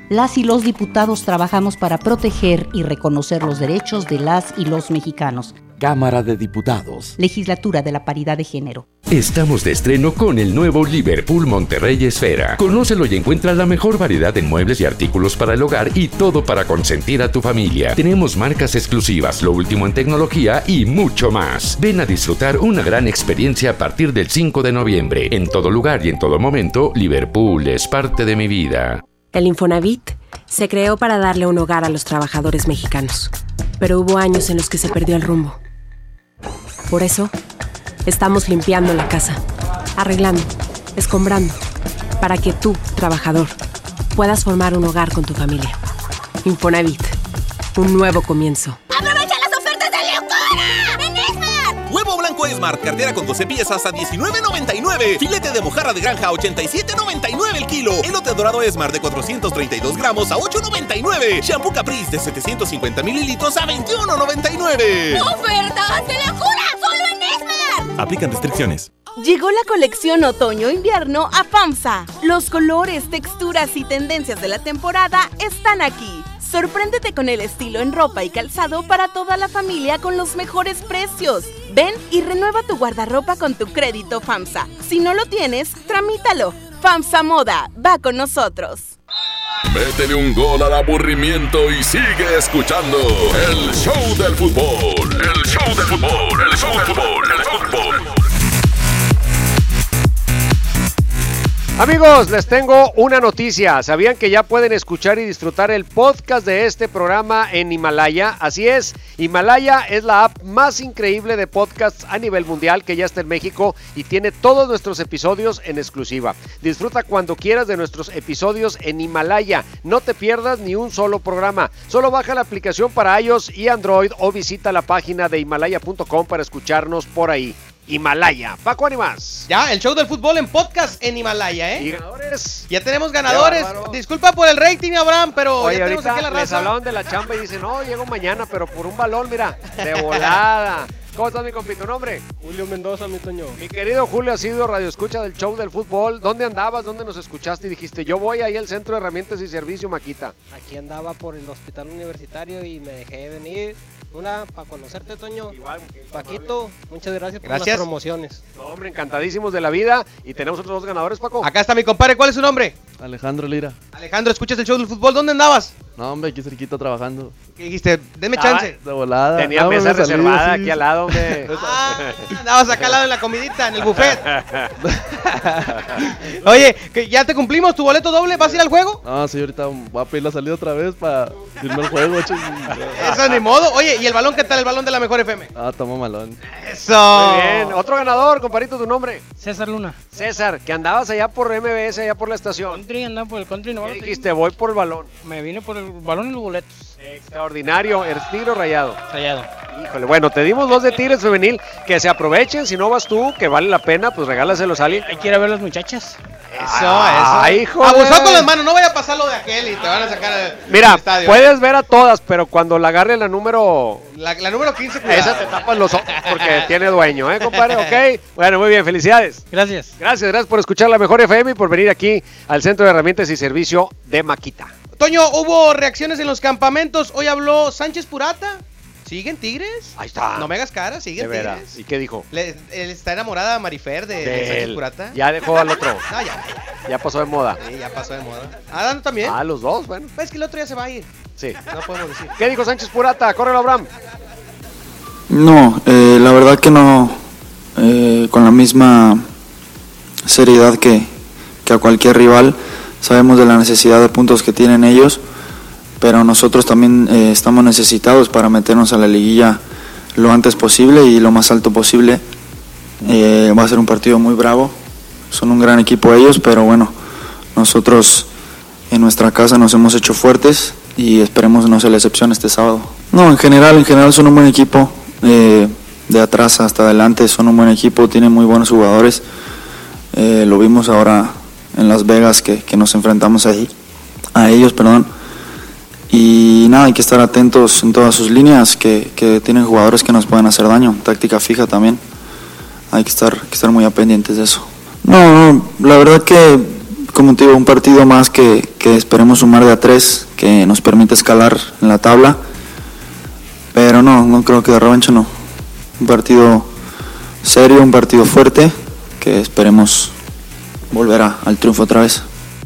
Las y los diputados trabajamos para proteger y reconocer los derechos de las y los mexicanos. Cámara de Diputados. Legislatura de la Paridad de Género. Estamos de estreno con el nuevo Liverpool Monterrey Esfera. Conócelo y encuentra la mejor variedad de muebles y artículos para el hogar y todo para consentir a tu familia. Tenemos marcas exclusivas, lo último en tecnología y mucho más. Ven a disfrutar una gran experiencia a partir del cinco de noviembre. En todo lugar y en todo momento, Liverpool es parte de mi vida. El Infonavit se creó para darle un hogar a los trabajadores mexicanos, pero hubo años en los que se perdió el rumbo. Por eso, estamos limpiando la casa, arreglando, escombrando, para que tú, trabajador, puedas formar un hogar con tu familia. Infonavit, un nuevo comienzo. ¡Aprovecha las ofertas de locura! ¡En Esmart! Huevo blanco Esmart, cartera con doce piezas a diecinueve noventa y nueve. Filete de mojarra de granja a ochenta y siete noventa y nueve el kilo. Elote dorado Esmart de cuatrocientos treinta y dos gramos a ocho noventa y nueve. Shampoo Caprice de setecientos cincuenta mililitros a veintiuno noventa y nueve. ¡Ofertas de locura! ¡Solo en Esmart! Aplican restricciones. Llegó la colección otoño-invierno a FAMSA. Los colores, texturas y tendencias de la temporada están aquí. Sorpréndete con el estilo en ropa y calzado para toda la familia con los mejores precios. Ven y renueva tu guardarropa con tu crédito FAMSA. Si no lo tienes, tramítalo. FAMSA Moda, va con nosotros. Métele un gol al aburrimiento y sigue escuchando el show del fútbol. El show del fútbol, el show del fútbol, el show del fútbol. Amigos, les tengo una noticia. ¿Sabían que ya pueden escuchar y disfrutar el podcast de este programa en Himalaya? Así es, Himalaya es la app más increíble de podcasts a nivel mundial que ya está en México y tiene todos nuestros episodios en exclusiva. Disfruta cuando quieras de nuestros episodios en Himalaya. No te pierdas ni un solo programa. Solo baja la aplicación para iOS y Android o visita la página de himalaya punto com para escucharnos por ahí. Himalaya. Paco Animas. Ya, el show del fútbol en podcast en Himalaya, ¿eh? ¿Y ganadores? Ya tenemos ganadores. Disculpa por el rating, Abraham, pero Oye, ya tenemos ahorita aquí la raza. les hablaban de la chamba y dicen, no, llego mañana, pero por un balón, mira, de volada. ¿Cómo estás, mi compi? ¿Tu nombre? Julio Mendoza, mi Toño. Mi querido Julio, has sido radioescucha del show del fútbol. ¿Dónde andabas? ¿Dónde nos escuchaste? Y dijiste, yo voy ahí al Centro de Herramientas y Servicio Maquita. Aquí andaba por el Hospital Universitario y me dejé venir. Una, para conocerte, Toño. Igual. Paquito, muchas gracias por Gracias. las promociones. No, hombre, encantadísimos de la vida. Y tenemos otros dos ganadores, Paco. Acá está mi compadre. ¿Cuál es su nombre? Alejandro Lira. Alejandro, ¿escuchas el show del fútbol? ¿Dónde andabas? No, hombre, aquí cerquita trabajando. ¿Qué dijiste? Deme chance. De volada. Tenía No, mesa me salí, reservada sí. aquí al lado, hombre. Ah, andabas acá al lado en la comidita, en el buffet. Oye, ¿que ¿ya te cumplimos tu boleto doble? ¿Vas a ir al juego? No, sí, ahorita voy a pedir la salida otra vez para irme al juego. ching. Eso ni modo. Oye, ¿y el balón qué tal? El balón de la mejor F M. Ah, toma malón. Eso. Muy bien. Otro ganador, comparito, tu nombre. César Luna. César, que andabas allá por M B S, allá por la estación. Country, andaba por el country. No, ¿Qué dijiste? Voy por el balón. Me vine por el balón y los boletos. Extraordinario, el Tigre Rayado. Rayado. Híjole, bueno, te dimos dos de Tigres femenil, que se aprovechen, si no vas tú, que vale la pena, pues regálaselos a alguien. Hay que ir a ver las muchachas. Eso, Ah, eso. hijo Abusó de- con las manos, no vaya a pasar lo de aquel y te van a sacar del Mira, estadio. puedes ver a todas, pero cuando la agarre la número... La, la número quince, cuidado. Esa te tapas los ojos porque tiene dueño, ¿eh, compadre? Ok. Bueno, muy bien, felicidades. Gracias. Gracias, gracias por escuchar la mejor F M y por venir aquí al Centro de Herramientas y Servicio de Maquita. Toño, hubo reacciones en los campamentos. Hoy habló Sánchez Purata. ¿Siguen Tigres? Ahí está. No me hagas cara, siguen De veras. Tigres. ¿Y qué dijo? Le, él está enamorada Marifer de, de De Sánchez él. Purata. Ya dejó al otro. No, ya. Ya pasó de moda. Sí, ya pasó de moda. Adán también. Ah, los dos, bueno. Es que el otro ya se va a ir. Sí. No podemos decir. ¿Qué dijo Sánchez Purata? Córrelo, Abraham. No, eh, la verdad que no, eh, con la misma seriedad que, que a cualquier rival, sabemos de la necesidad de puntos que tienen ellos, pero nosotros también eh, estamos necesitados para meternos a la liguilla lo antes posible y lo más alto posible. Eh, va a ser un partido muy bravo, son un gran equipo ellos, pero bueno, nosotros en nuestra casa nos hemos hecho fuertes y esperemos no sea la excepción este sábado. No, en general, en general son un buen equipo. Eh, de atrás hasta adelante son un buen equipo, tienen muy buenos jugadores. Eh, lo vimos ahora en Las Vegas que, que nos enfrentamos ahí, a ellos, perdón. Y nada, hay que estar atentos en todas sus líneas, que, que tienen jugadores que nos pueden hacer daño, táctica fija también. Hay que estar, hay que estar muy pendientes de eso. No, no, la verdad que como te digo, un partido más que, que esperemos sumar de a tres, que nos permite escalar en la tabla. Pero no, no creo que de revancha no. Un partido serio, un partido fuerte, que esperemos volver a, al triunfo otra vez.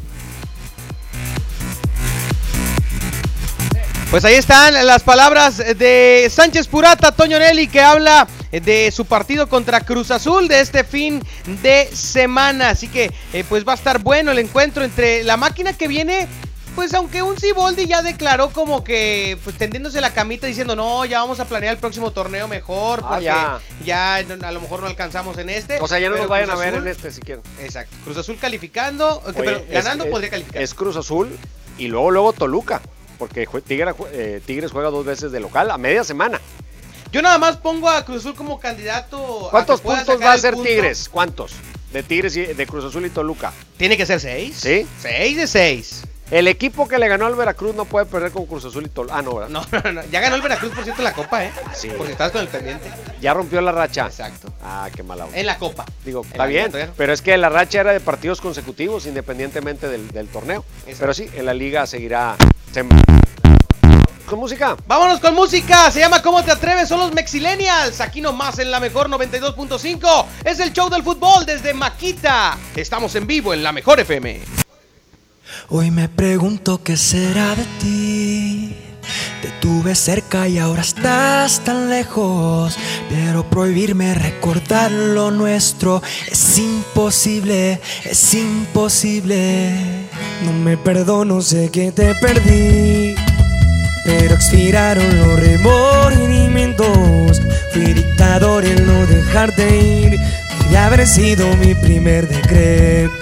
Pues ahí están las palabras de Sánchez Purata, Toño Nelly, que habla de su partido contra Cruz Azul de este fin de semana. Así que eh, pues va a estar bueno el encuentro entre la máquina que viene, pues aunque un Siboldi ya declaró como que pues tendiéndose la camita diciendo no, ya vamos a planear el próximo torneo mejor, porque ah, ya. ya a lo mejor no alcanzamos en este. O sea, ya no nos vayan Cruz a ver Azul, en este si quieren. Exacto, Cruz Azul calificando, Oye, pero ganando es, podría calificar. Es Cruz Azul y luego luego Toluca, porque Tigres, eh, Tigres juega dos veces de local a media semana. Yo nada más pongo a Cruz Azul como candidato. ¿Cuántos a puntos va a hacer Tigres? ¿Cuántos? De Tigres y de Cruz Azul y Toluca. Tiene que ser seis. ¿Sí? Seis de seis. El equipo que le ganó al Veracruz no puede perder con Cruz Azul y Toluca. Ah, no, ¿verdad? No, no, no. Ya ganó el Veracruz, por cierto, la Copa, ¿eh? Sí. Por si estás con el pendiente. Ya rompió la racha. Exacto. Ah, qué mala onda. En la Copa. Digo, en está bien, torneo. pero es que la racha era de partidos consecutivos, independientemente del, del torneo. Exacto. Pero sí, en la liga seguirá... ¿Con música? Vámonos con música, se llama ¿Cómo te atreves? Son los Mexillennials, aquí nomás en La Mejor noventa y dos punto cinco. Es el show del fútbol desde Maquita. Estamos en vivo en La Mejor F M. Hoy me pregunto qué será de ti. Te tuve cerca y ahora estás tan lejos, pero prohibirme recordar lo nuestro es imposible, es imposible. No me perdono, sé que te perdí, pero expiraron los remordimientos. Fui dictador en no dejarte ir, debía haber sido mi primer decreto.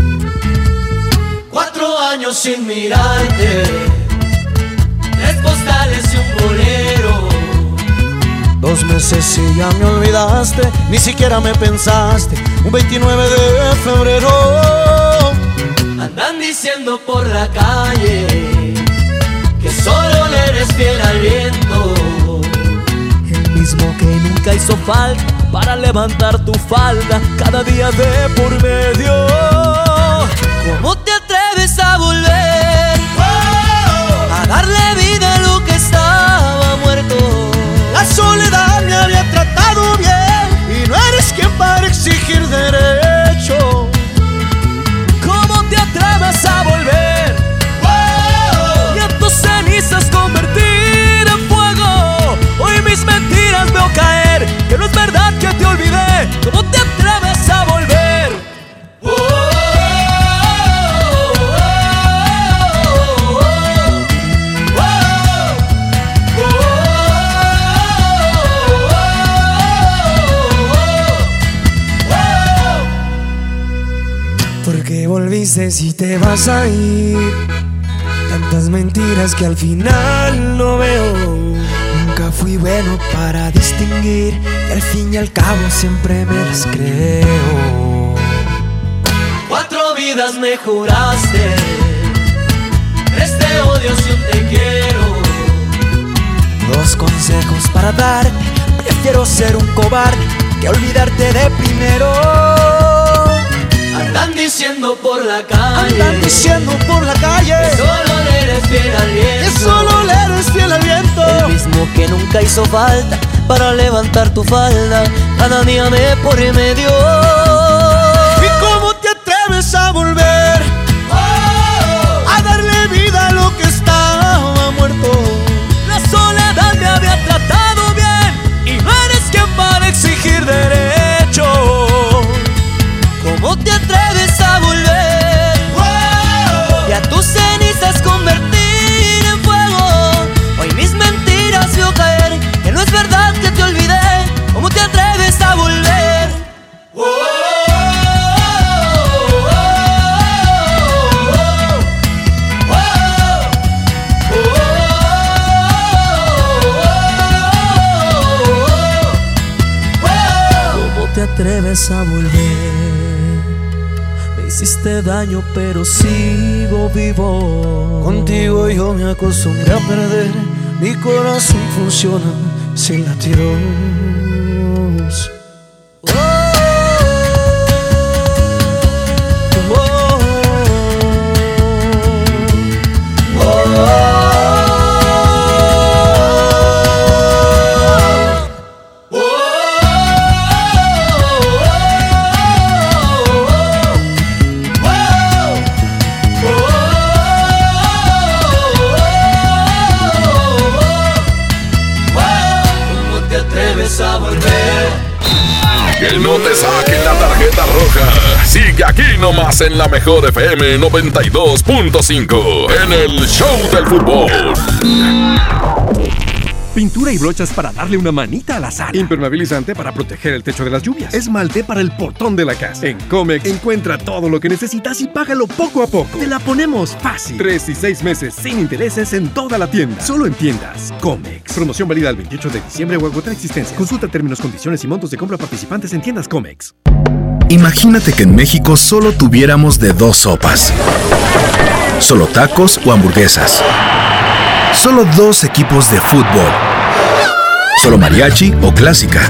Cuatro años sin mirarte, tres postales y un bolero. Dos meses y ya me olvidaste, ni siquiera me pensaste. Un veintinueve de febrero. Andan diciendo por la calle que solo le eres fiel al viento. El mismo que nunca hizo falta para levantar tu falda cada día de por medio. ¿Cómo te atreves a volver? Oh, a darle vida a lo que estaba muerto. La soledad me había tratado bien y no eres quien para exigir derecho. ¿Cómo te atreves a volver? Oh, y a tus cenizas convertir en fuego. Hoy mis mentiras veo caer, que no es verdad que te olvidé. ¿Cómo te atreves a volver? Oh, volviste si te vas a ir. Tantas mentiras que al final no veo. Nunca fui bueno para distinguir y al fin y al cabo siempre me las creo. Cuatro vidas me juraste, tres te odio y un te quiero. Dos consejos para darte, prefiero ser un cobarde que olvidarte de primero. Andan diciendo por la calle, Andan diciendo por la calle que solo le eres fiel al viento. Que solo le eres fiel al viento. El mismo que nunca hizo falta para levantar tu falda cada día de por medio. ¿Y cómo te atreves a volver? Oh, a darle vida a lo que estaba muerto. La soledad me había tratado bien y no eres quien para exigir derecho. ¿Cómo te atreves a volver? Wow. Y a tus cenizas convertir en fuego. Hoy mis mentiras veo caer, que no es verdad que te olvidé. ¿Cómo te atreves a volver? Wow. ¿Cómo te atreves a volver? Hiciste daño pero sigo vivo. Contigo yo me acostumbré a perder. Mi corazón funciona sin latidos. Oh, oh, Aquí nomás en la mejor F M noventa y dos punto cinco, en el Show del Fútbol. Pintura y brochas para darle una manita a la sala. Impermeabilizante para proteger el techo de las lluvias. Esmalte para el portón de la casa. En Comex encuentra todo lo que necesitas y págalo poco a poco. Te la ponemos fácil. Tres y seis meses sin intereses en toda la tienda. Solo en tiendas Comex. Promoción válida el veintiocho de diciembre o agotar existencia. Consulta términos, condiciones y montos de compra participantes en tiendas Comex. Imagínate que en México solo tuviéramos de dos sopas. Solo tacos o hamburguesas. Solo dos equipos de fútbol. Solo mariachi o clásica.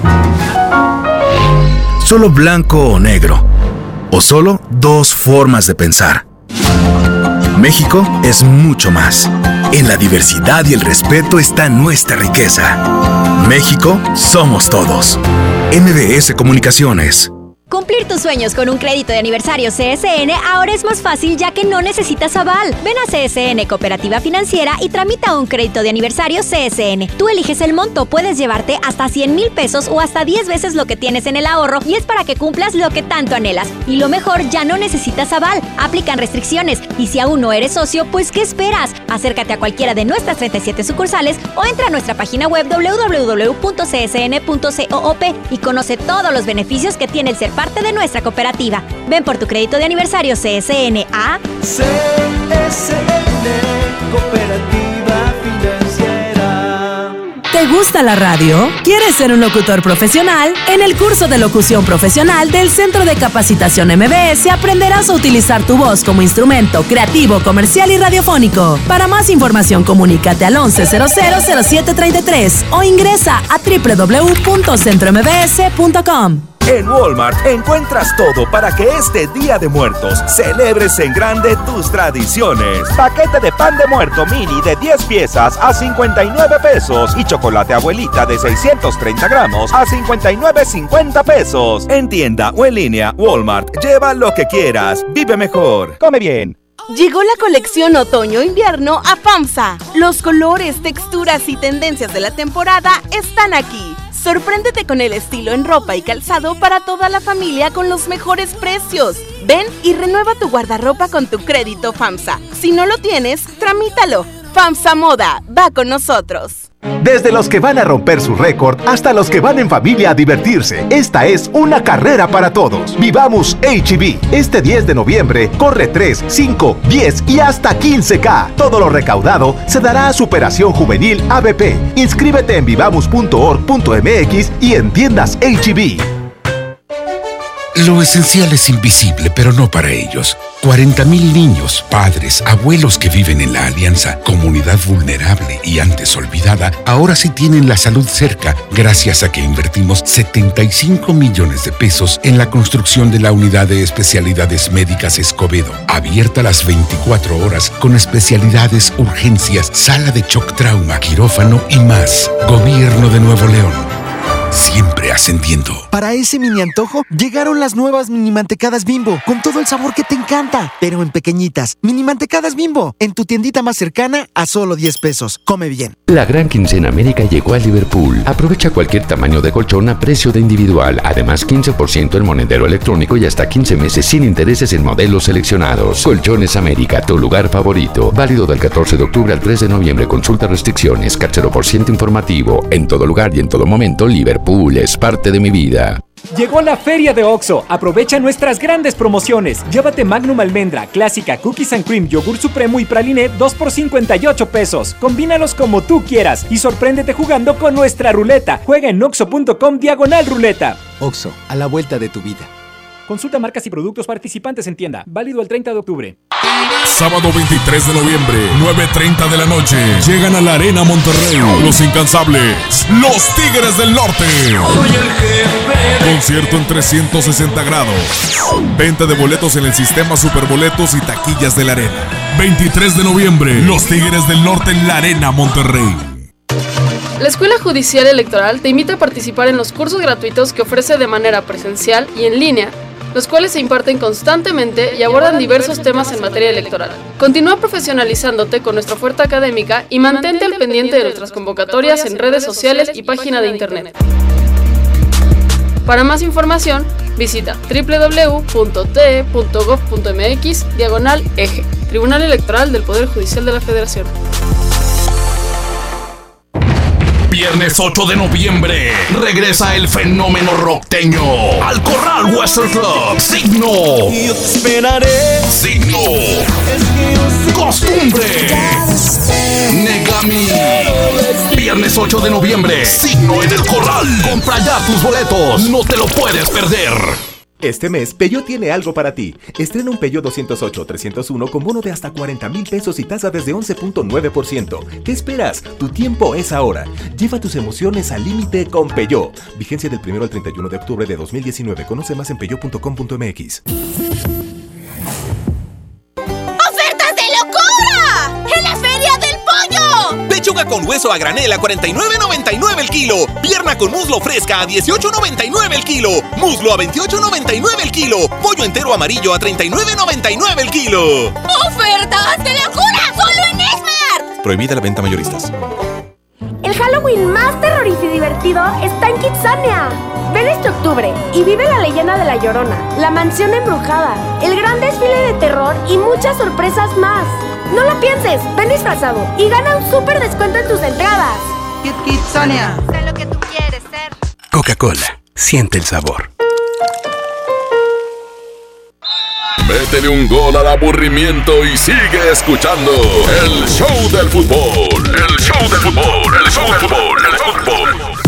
Solo blanco o negro. O solo dos formas de pensar. México es mucho más. En la diversidad y el respeto está nuestra riqueza. México somos todos. M B S Comunicaciones. Cumplir tus sueños con un crédito de aniversario C S N ahora es más fácil ya que no necesitas aval. Ven a C S N Cooperativa Financiera y tramita un crédito de aniversario C S N. Tú eliges el monto, puedes llevarte hasta cien mil pesos o hasta diez veces lo que tienes en el ahorro y es para que cumplas lo que tanto anhelas. Y lo mejor, ya no necesitas aval, aplican restricciones y si aún no eres socio, pues ¿qué esperas? Acércate a cualquiera de nuestras treinta y siete sucursales o entra a nuestra página web doble u doble u doble u punto c s n punto coop y conoce todos los beneficios que tiene el ser parte de nuestra cooperativa. Ven por tu crédito de aniversario C S N a C S N Cooperativa Financiera. ¿Te gusta la radio? ¿Quieres ser un locutor profesional? En el curso de locución profesional del Centro de Capacitación M B S aprenderás a utilizar tu voz como instrumento creativo, comercial y radiofónico. Para más información, comunícate al once cero cero cero siete treinta y tres o ingresa a doble u doble u doble u punto centro m b s punto com. En Walmart encuentras todo para que este Día de Muertos celebres en grande tus tradiciones. Paquete de pan de muerto mini de diez piezas a cincuenta y nueve pesos y chocolate abuelita de seiscientos treinta gramos a cincuenta y nueve cincuenta pesos. En tienda o en línea, Walmart, lleva lo que quieras. Vive mejor. Come bien. Llegó la colección otoño-invierno a FAMSA. Los colores, texturas y tendencias de la temporada están aquí. Sorpréndete con el estilo en ropa y calzado para toda la familia con los mejores precios. Ven y renueva tu guardarropa con tu crédito FAMSA. Si no lo tienes, tramítalo. FAMSA Moda, va con nosotros. Desde los que van a romper su récord hasta los que van en familia a divertirse, esta es una carrera para todos. Vivamos H E B. Este diez de noviembre corre tres, cinco, diez y hasta quince K. Todo lo recaudado se dará a Superación Juvenil A B P. Inscríbete en vivamos punto org punto m x y en tiendas H E B. Lo esencial es invisible, pero no para ellos. cuarenta mil niños, padres, abuelos que viven en la Alianza, comunidad vulnerable y antes olvidada, ahora sí tienen la salud cerca gracias a que invertimos setenta y cinco millones de pesos en la construcción de la unidad de especialidades médicas Escobedo, abierta las veinticuatro horas con especialidades, urgencias, sala de shock trauma, quirófano y más. Gobierno de Nuevo León. Siempre ascendiendo. Para ese mini antojo, llegaron las nuevas mini mantecadas Bimbo, con todo el sabor que te encanta, pero en pequeñitas. Mini mantecadas Bimbo, en tu tiendita más cercana a solo diez pesos. Come bien. La gran quincena América llegó a Liverpool. Aprovecha cualquier tamaño de colchón a precio de individual. Además, quince por ciento en monedero electrónico y hasta quince meses sin intereses en modelos seleccionados. Colchones América, tu lugar favorito. Válido del catorce de octubre al tres de noviembre. Consulta restricciones. Cero por ciento informativo. En todo lugar y en todo momento, Liverpool es parte de mi vida. Llegó la feria de Oxxo. Aprovecha nuestras grandes promociones. Llévate Magnum Almendra, Clásica, Cookies and Cream, Yogur Supremo y Praliné dos por cincuenta y ocho pesos. Combínalos como tú quieras y sorpréndete jugando con nuestra ruleta. Juega en oxxo punto com diagonal ruleta. Oxxo, a la vuelta de tu vida. Consulta marcas y productos participantes en tienda. Válido el treinta de octubre. Sábado veintitrés de noviembre, nueve treinta de la noche. Llegan a la Arena Monterrey los incansables, los Tigres del Norte. Concierto en trescientos sesenta grados. Venta de boletos en el sistema Superboletos y taquillas de la Arena. veintitrés de noviembre, los Tigres del Norte en la Arena Monterrey. La Escuela Judicial Electoral te invita a participar en los cursos gratuitos que ofrece de manera presencial y en línea, los cuales se imparten constantemente y abordan diversos temas en materia electoral. Continúa profesionalizándote con nuestra oferta académica y mantente al pendiente de nuestras convocatorias en redes sociales y página de internet. Para más información, visita doble u doble u doble u punto t e punto gov punto m x diagonal eje, Tribunal Electoral del Poder Judicial de la Federación. Viernes ocho de noviembre, regresa el fenómeno rockteño al Corral Western Club. Signo. Yo te esperaré. Signo. Costumbre. Negami. Viernes ocho de noviembre, Signo en el Corral. Compra ya tus boletos, no te lo puedes perder. Este mes, Peugeot tiene algo para ti. Estrena un Peugeot doscientos ocho trescientos uno con bono de hasta cuarenta mil pesos y tasa desde once punto nueve por ciento. ¿Qué esperas? Tu tiempo es ahora. Lleva tus emociones al límite con Peugeot. Vigencia del primero al treinta y uno de octubre de dos mil diecinueve. Conoce más en peugeot punto com punto m x. ¡Ofertas de locura! ¡En la Feria del Pollo! Pechuga con hueso a granel a cuarenta y nueve noventa y nueve el kilo. Pierna con muslo fresca a dieciocho noventa y nueve el kilo. Muslo a veintiocho noventa y nueve el kilo. Pollo entero amarillo a treinta y nueve noventa y nueve el kilo. ¡Ofertas de locura! ¡Solo en Esmart! Prohibida la venta mayoristas. El Halloween más terrorífico y divertido está en Kidzania. Ven este octubre y vive la leyenda de La Llorona, la mansión embrujada, el gran desfile de terror y muchas sorpresas más. No lo pienses, ven disfrazado y gana un súper descuento en tus entradas. Kid Kidzania. Sé lo que tú quieres ser. Coca-Cola, siente el sabor. Métele un gol al aburrimiento y sigue escuchando el show del fútbol. El show del fútbol, el show del fútbol, el show del fútbol.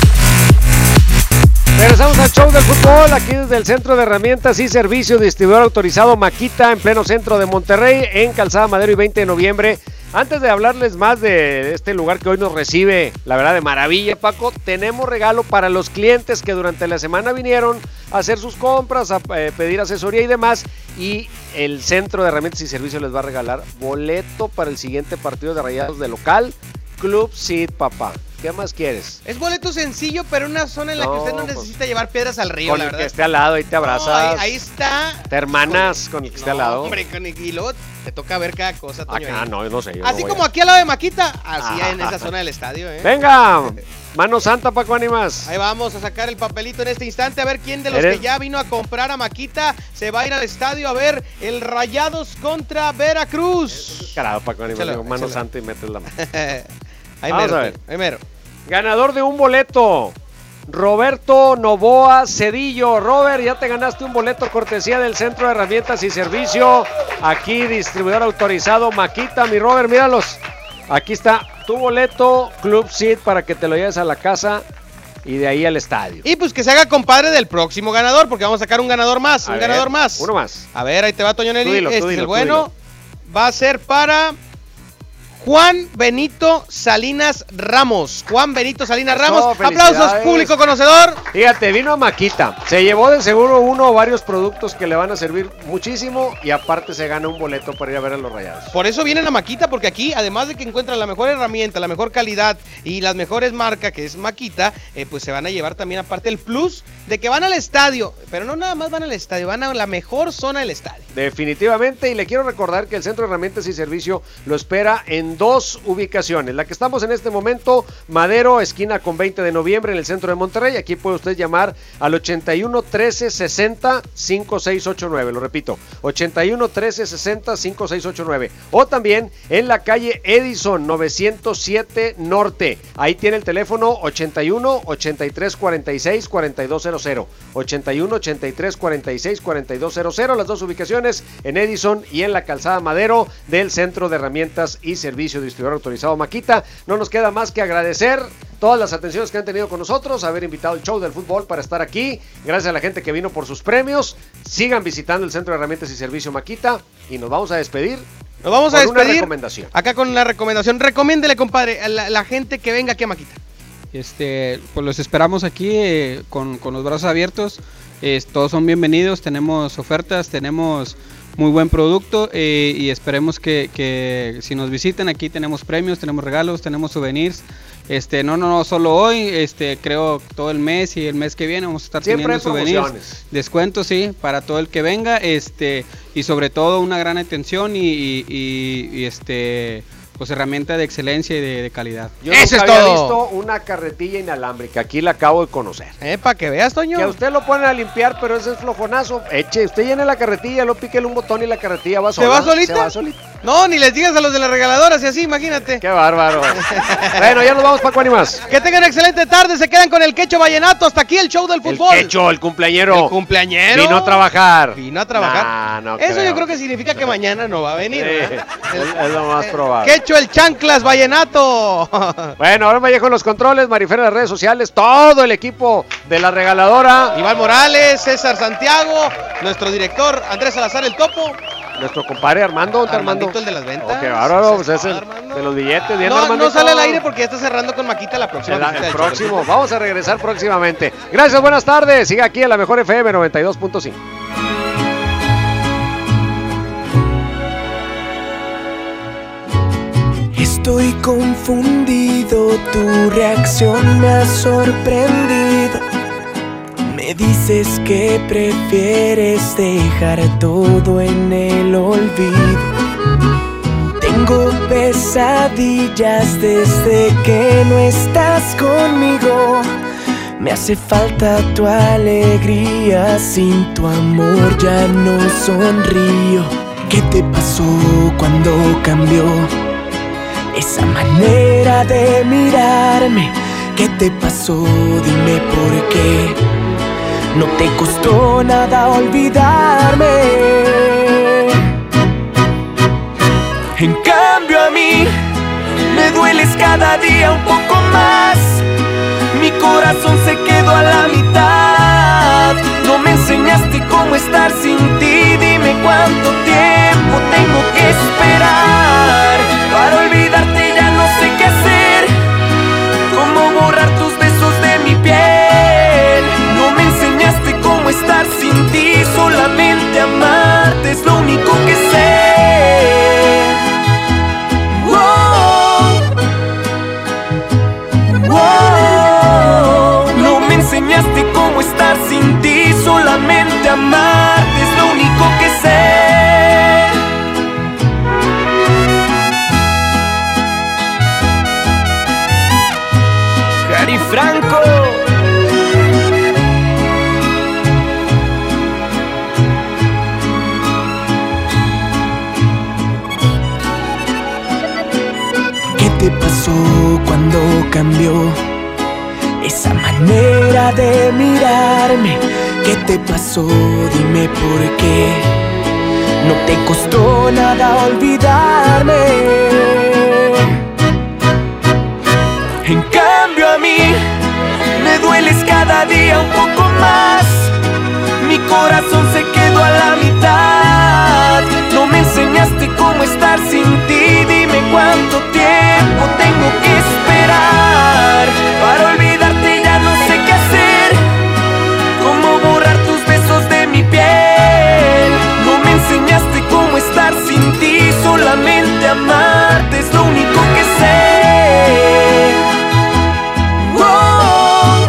Regresamos al show del fútbol, aquí desde el Centro de Herramientas y Servicio, distribuidor autorizado Makita, en pleno centro de Monterrey, en Calzada Madero y veinte de noviembre. Antes de hablarles más de este lugar que hoy nos recibe, la verdad de maravilla, Paco, tenemos regalo para los clientes que durante la semana vinieron a hacer sus compras, a eh, pedir asesoría y demás, y el Centro de Herramientas y Servicio les va a regalar boleto para el siguiente partido de Rayados de local, Club Cid, papá. ¿Qué más quieres? Es boleto sencillo, pero en una zona en la no, que usted no pues, necesita llevar piedras al río, con la el verdad. que esté al lado, ahí te abrazas. No, ahí, ahí está. Te hermanas con, con el que no, esté al lado. Hombre, con el, y luego te toca ver cada cosa, Toño. Ah, no, yo no sé. Yo así no como a... aquí al lado de Maquita, así ah, en esa zona del estadio, ¿eh? Venga, mano santa, Paco Ánimas. Ahí vamos a sacar el papelito en este instante, a ver quién de los ¿Eres? que ya vino a comprar a Maquita se va a ir al estadio a ver el Rayados contra Veracruz. Carajo, Paco Ánimas, Échalo, digo, mano échalo. santa y metes la mano. Ahí vamos mero, a ver. ahí mero. Ganador de un boleto, Roberto Novoa Cedillo. Robert, ya te ganaste un boleto cortesía del Centro de Herramientas y Servicio. Aquí, distribuidor autorizado Makita, mi Robert, míralos. Aquí está tu boleto, Club Cid, para que te lo lleves a la casa y de ahí al estadio. Y pues que se haga compadre del próximo ganador, porque vamos a sacar un ganador más, A un ver, ganador más. Uno más. A ver, ahí te va, Toño Nelly. Tú dilo, tú este dilo, es el tú bueno. Va a ser para Juan Benito Salinas Ramos. Juan Benito Salinas Eso, Ramos. felicidades. Aplausos, público conocedor. Fíjate, vino a Makita. Se llevó de seguro uno o varios productos que le van a servir muchísimo y aparte se gana un boleto para ir a ver a los Rayados. Por eso vienen a Makita, porque aquí, además de que encuentran la mejor herramienta, la mejor calidad y las mejores marcas, que es Makita, eh, pues se van a llevar también aparte el plus de que van al estadio. Pero no nada más van al estadio, van a la mejor zona del estadio. Definitivamente, y le quiero recordar que el Centro de Herramientas y Servicio lo espera en dos ubicaciones. La que estamos en este momento, Madero, esquina con veinte de noviembre en el centro de Monterrey. Aquí puede usted llamar al ochenta y uno, trece, sesenta, cincuenta y seis ochenta y nueve. Lo repito, ochenta y uno, trece, sesenta, cincuenta y seis ochenta y nueve. O también en la calle Edison novecientos siete Norte. Ahí tiene el teléfono ochenta y uno, ochenta y tres, cuarenta y seis, cuarenta y dos cero cero. ochenta y uno, ochenta y tres, cuarenta y seis, cuarenta y dos cero cero. Las dos ubicaciones en Edison y en la calzada Madero del Centro de Herramientas y Servicio Distribuidor Autorizado Makita. No nos queda más que agradecer todas las atenciones que han tenido con nosotros, haber invitado el show del fútbol para estar aquí. Gracias a la gente que vino por sus premios. Sigan visitando el Centro de Herramientas y Servicio Makita y nos vamos a despedir. Nos vamos a con despedir. Una recomendación. Acá con la recomendación. Recomiéndele, compadre, a la, la gente que venga aquí a Makita. Este, pues los esperamos aquí eh, con, con los brazos abiertos. Eh, todos son bienvenidos. Tenemos ofertas, tenemos muy buen producto eh, y esperemos que, que si nos visiten aquí tenemos premios, tenemos regalos, tenemos souvenirs. Este, no, no, no, solo hoy, este, creo todo el mes y el mes que viene vamos a estar Siempre teniendo souvenirs, promociones. descuentos, sí, para todo el que venga, este, y sobre todo una gran atención y, y, y, y este, pues herramienta de excelencia y de, de calidad. Yo Eso nunca es había todo. visto una carretilla inalámbrica, aquí la acabo de conocer. Eh, para que veas, Toño. Que a usted lo ponen a limpiar, pero ese es flojonazo. Eche, usted llene la carretilla, lo píquele un botón y la carretilla va sola. ¿Se va solita? Se va solita. No, ni les digas a los de las regaladoras y así, imagínate. Qué bárbaro. Bueno, ya nos vamos, Paco Animas. Que tengan excelente tarde, se quedan con el Quecho Vallenato. Hasta aquí el show del fútbol. El Quecho, el cumpleañero. El cumpleañero. Vino a trabajar. Vino a trabajar. Nah, no Eso creo. yo creo que significa que mañana no va a venir. Sí, es, es lo más probable. Quecho el Chanclas Vallenato. Bueno, ahora Vallejo en los controles, Marifer en las redes sociales, todo el equipo de la regaladora. Iván Morales, César Santiago, nuestro director Andrés Salazar el Topo. Nuestro compadre Armando, ¿dónde Armando? el de las ventas. Oh, qué bárbaro, pues es el de los billetes. Bien, no, Armandito. no sale al aire porque ya está cerrando con Maquita la próxima. El, el próximo, vamos a regresar próximamente. Gracias, buenas tardes. Siga aquí en la mejor F M noventa y dos punto cinco. Estoy confundido, tu reacción me ha sorprendido. Me dices que prefieres dejar todo en el olvido. Tengo pesadillas desde que no estás conmigo. Me hace falta tu alegría, sin tu amor ya no sonrío. ¿Qué te pasó cuando cambió esa manera de mirarme? ¿Qué te pasó? Dime por qué. No te costó nada olvidarme. En cambio a mí me dueles cada día un poco más. Mi corazón se quedó a la mitad. No me enseñaste cómo estar sin ti. Dime cuánto tiempo tengo que esperar. Para olvidarte ya no sé qué hacer. Cómo borrar tus besos de mi piel. No me enseñaste cómo estar sin ti. Solamente amarte es lo único que sé. Enseñaste cómo estar sin ti, solamente amarte es lo único que sé. Gary Franco. ¿Qué te pasó cuando cambió esa manera de mirarme? ¿Qué te pasó? Dime por qué. No te costó nada olvidarme. En cambio a mí me dueles cada día un poco más. Mi corazón se quedó a la mitad. No me enseñaste cómo estar sin ti. Dime cuánto tiempo tengo que esperar. Para olvidarte ya no sé qué hacer. Cómo borrar tus besos de mi piel. No me enseñaste cómo estar sin ti. Solamente amarte es lo único que sé. Oh,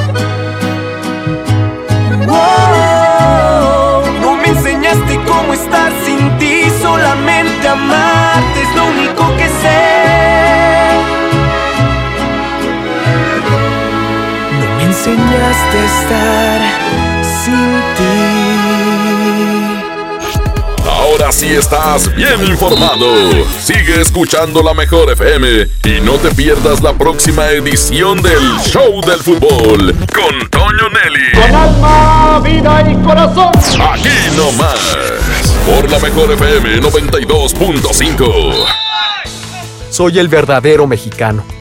oh, no me enseñaste cómo estar sin ti. Solamente amarte es lo único que sé. No me enseñaste a estar sin ti. Ahora sí estás bien informado. Sigue escuchando la mejor F M y no te pierdas la próxima edición del Show del Fútbol con Toño Nelly. Con alma, vida y corazón. Aquí nomás, por la mejor F M noventa y dos punto cinco. Soy el verdadero mexicano.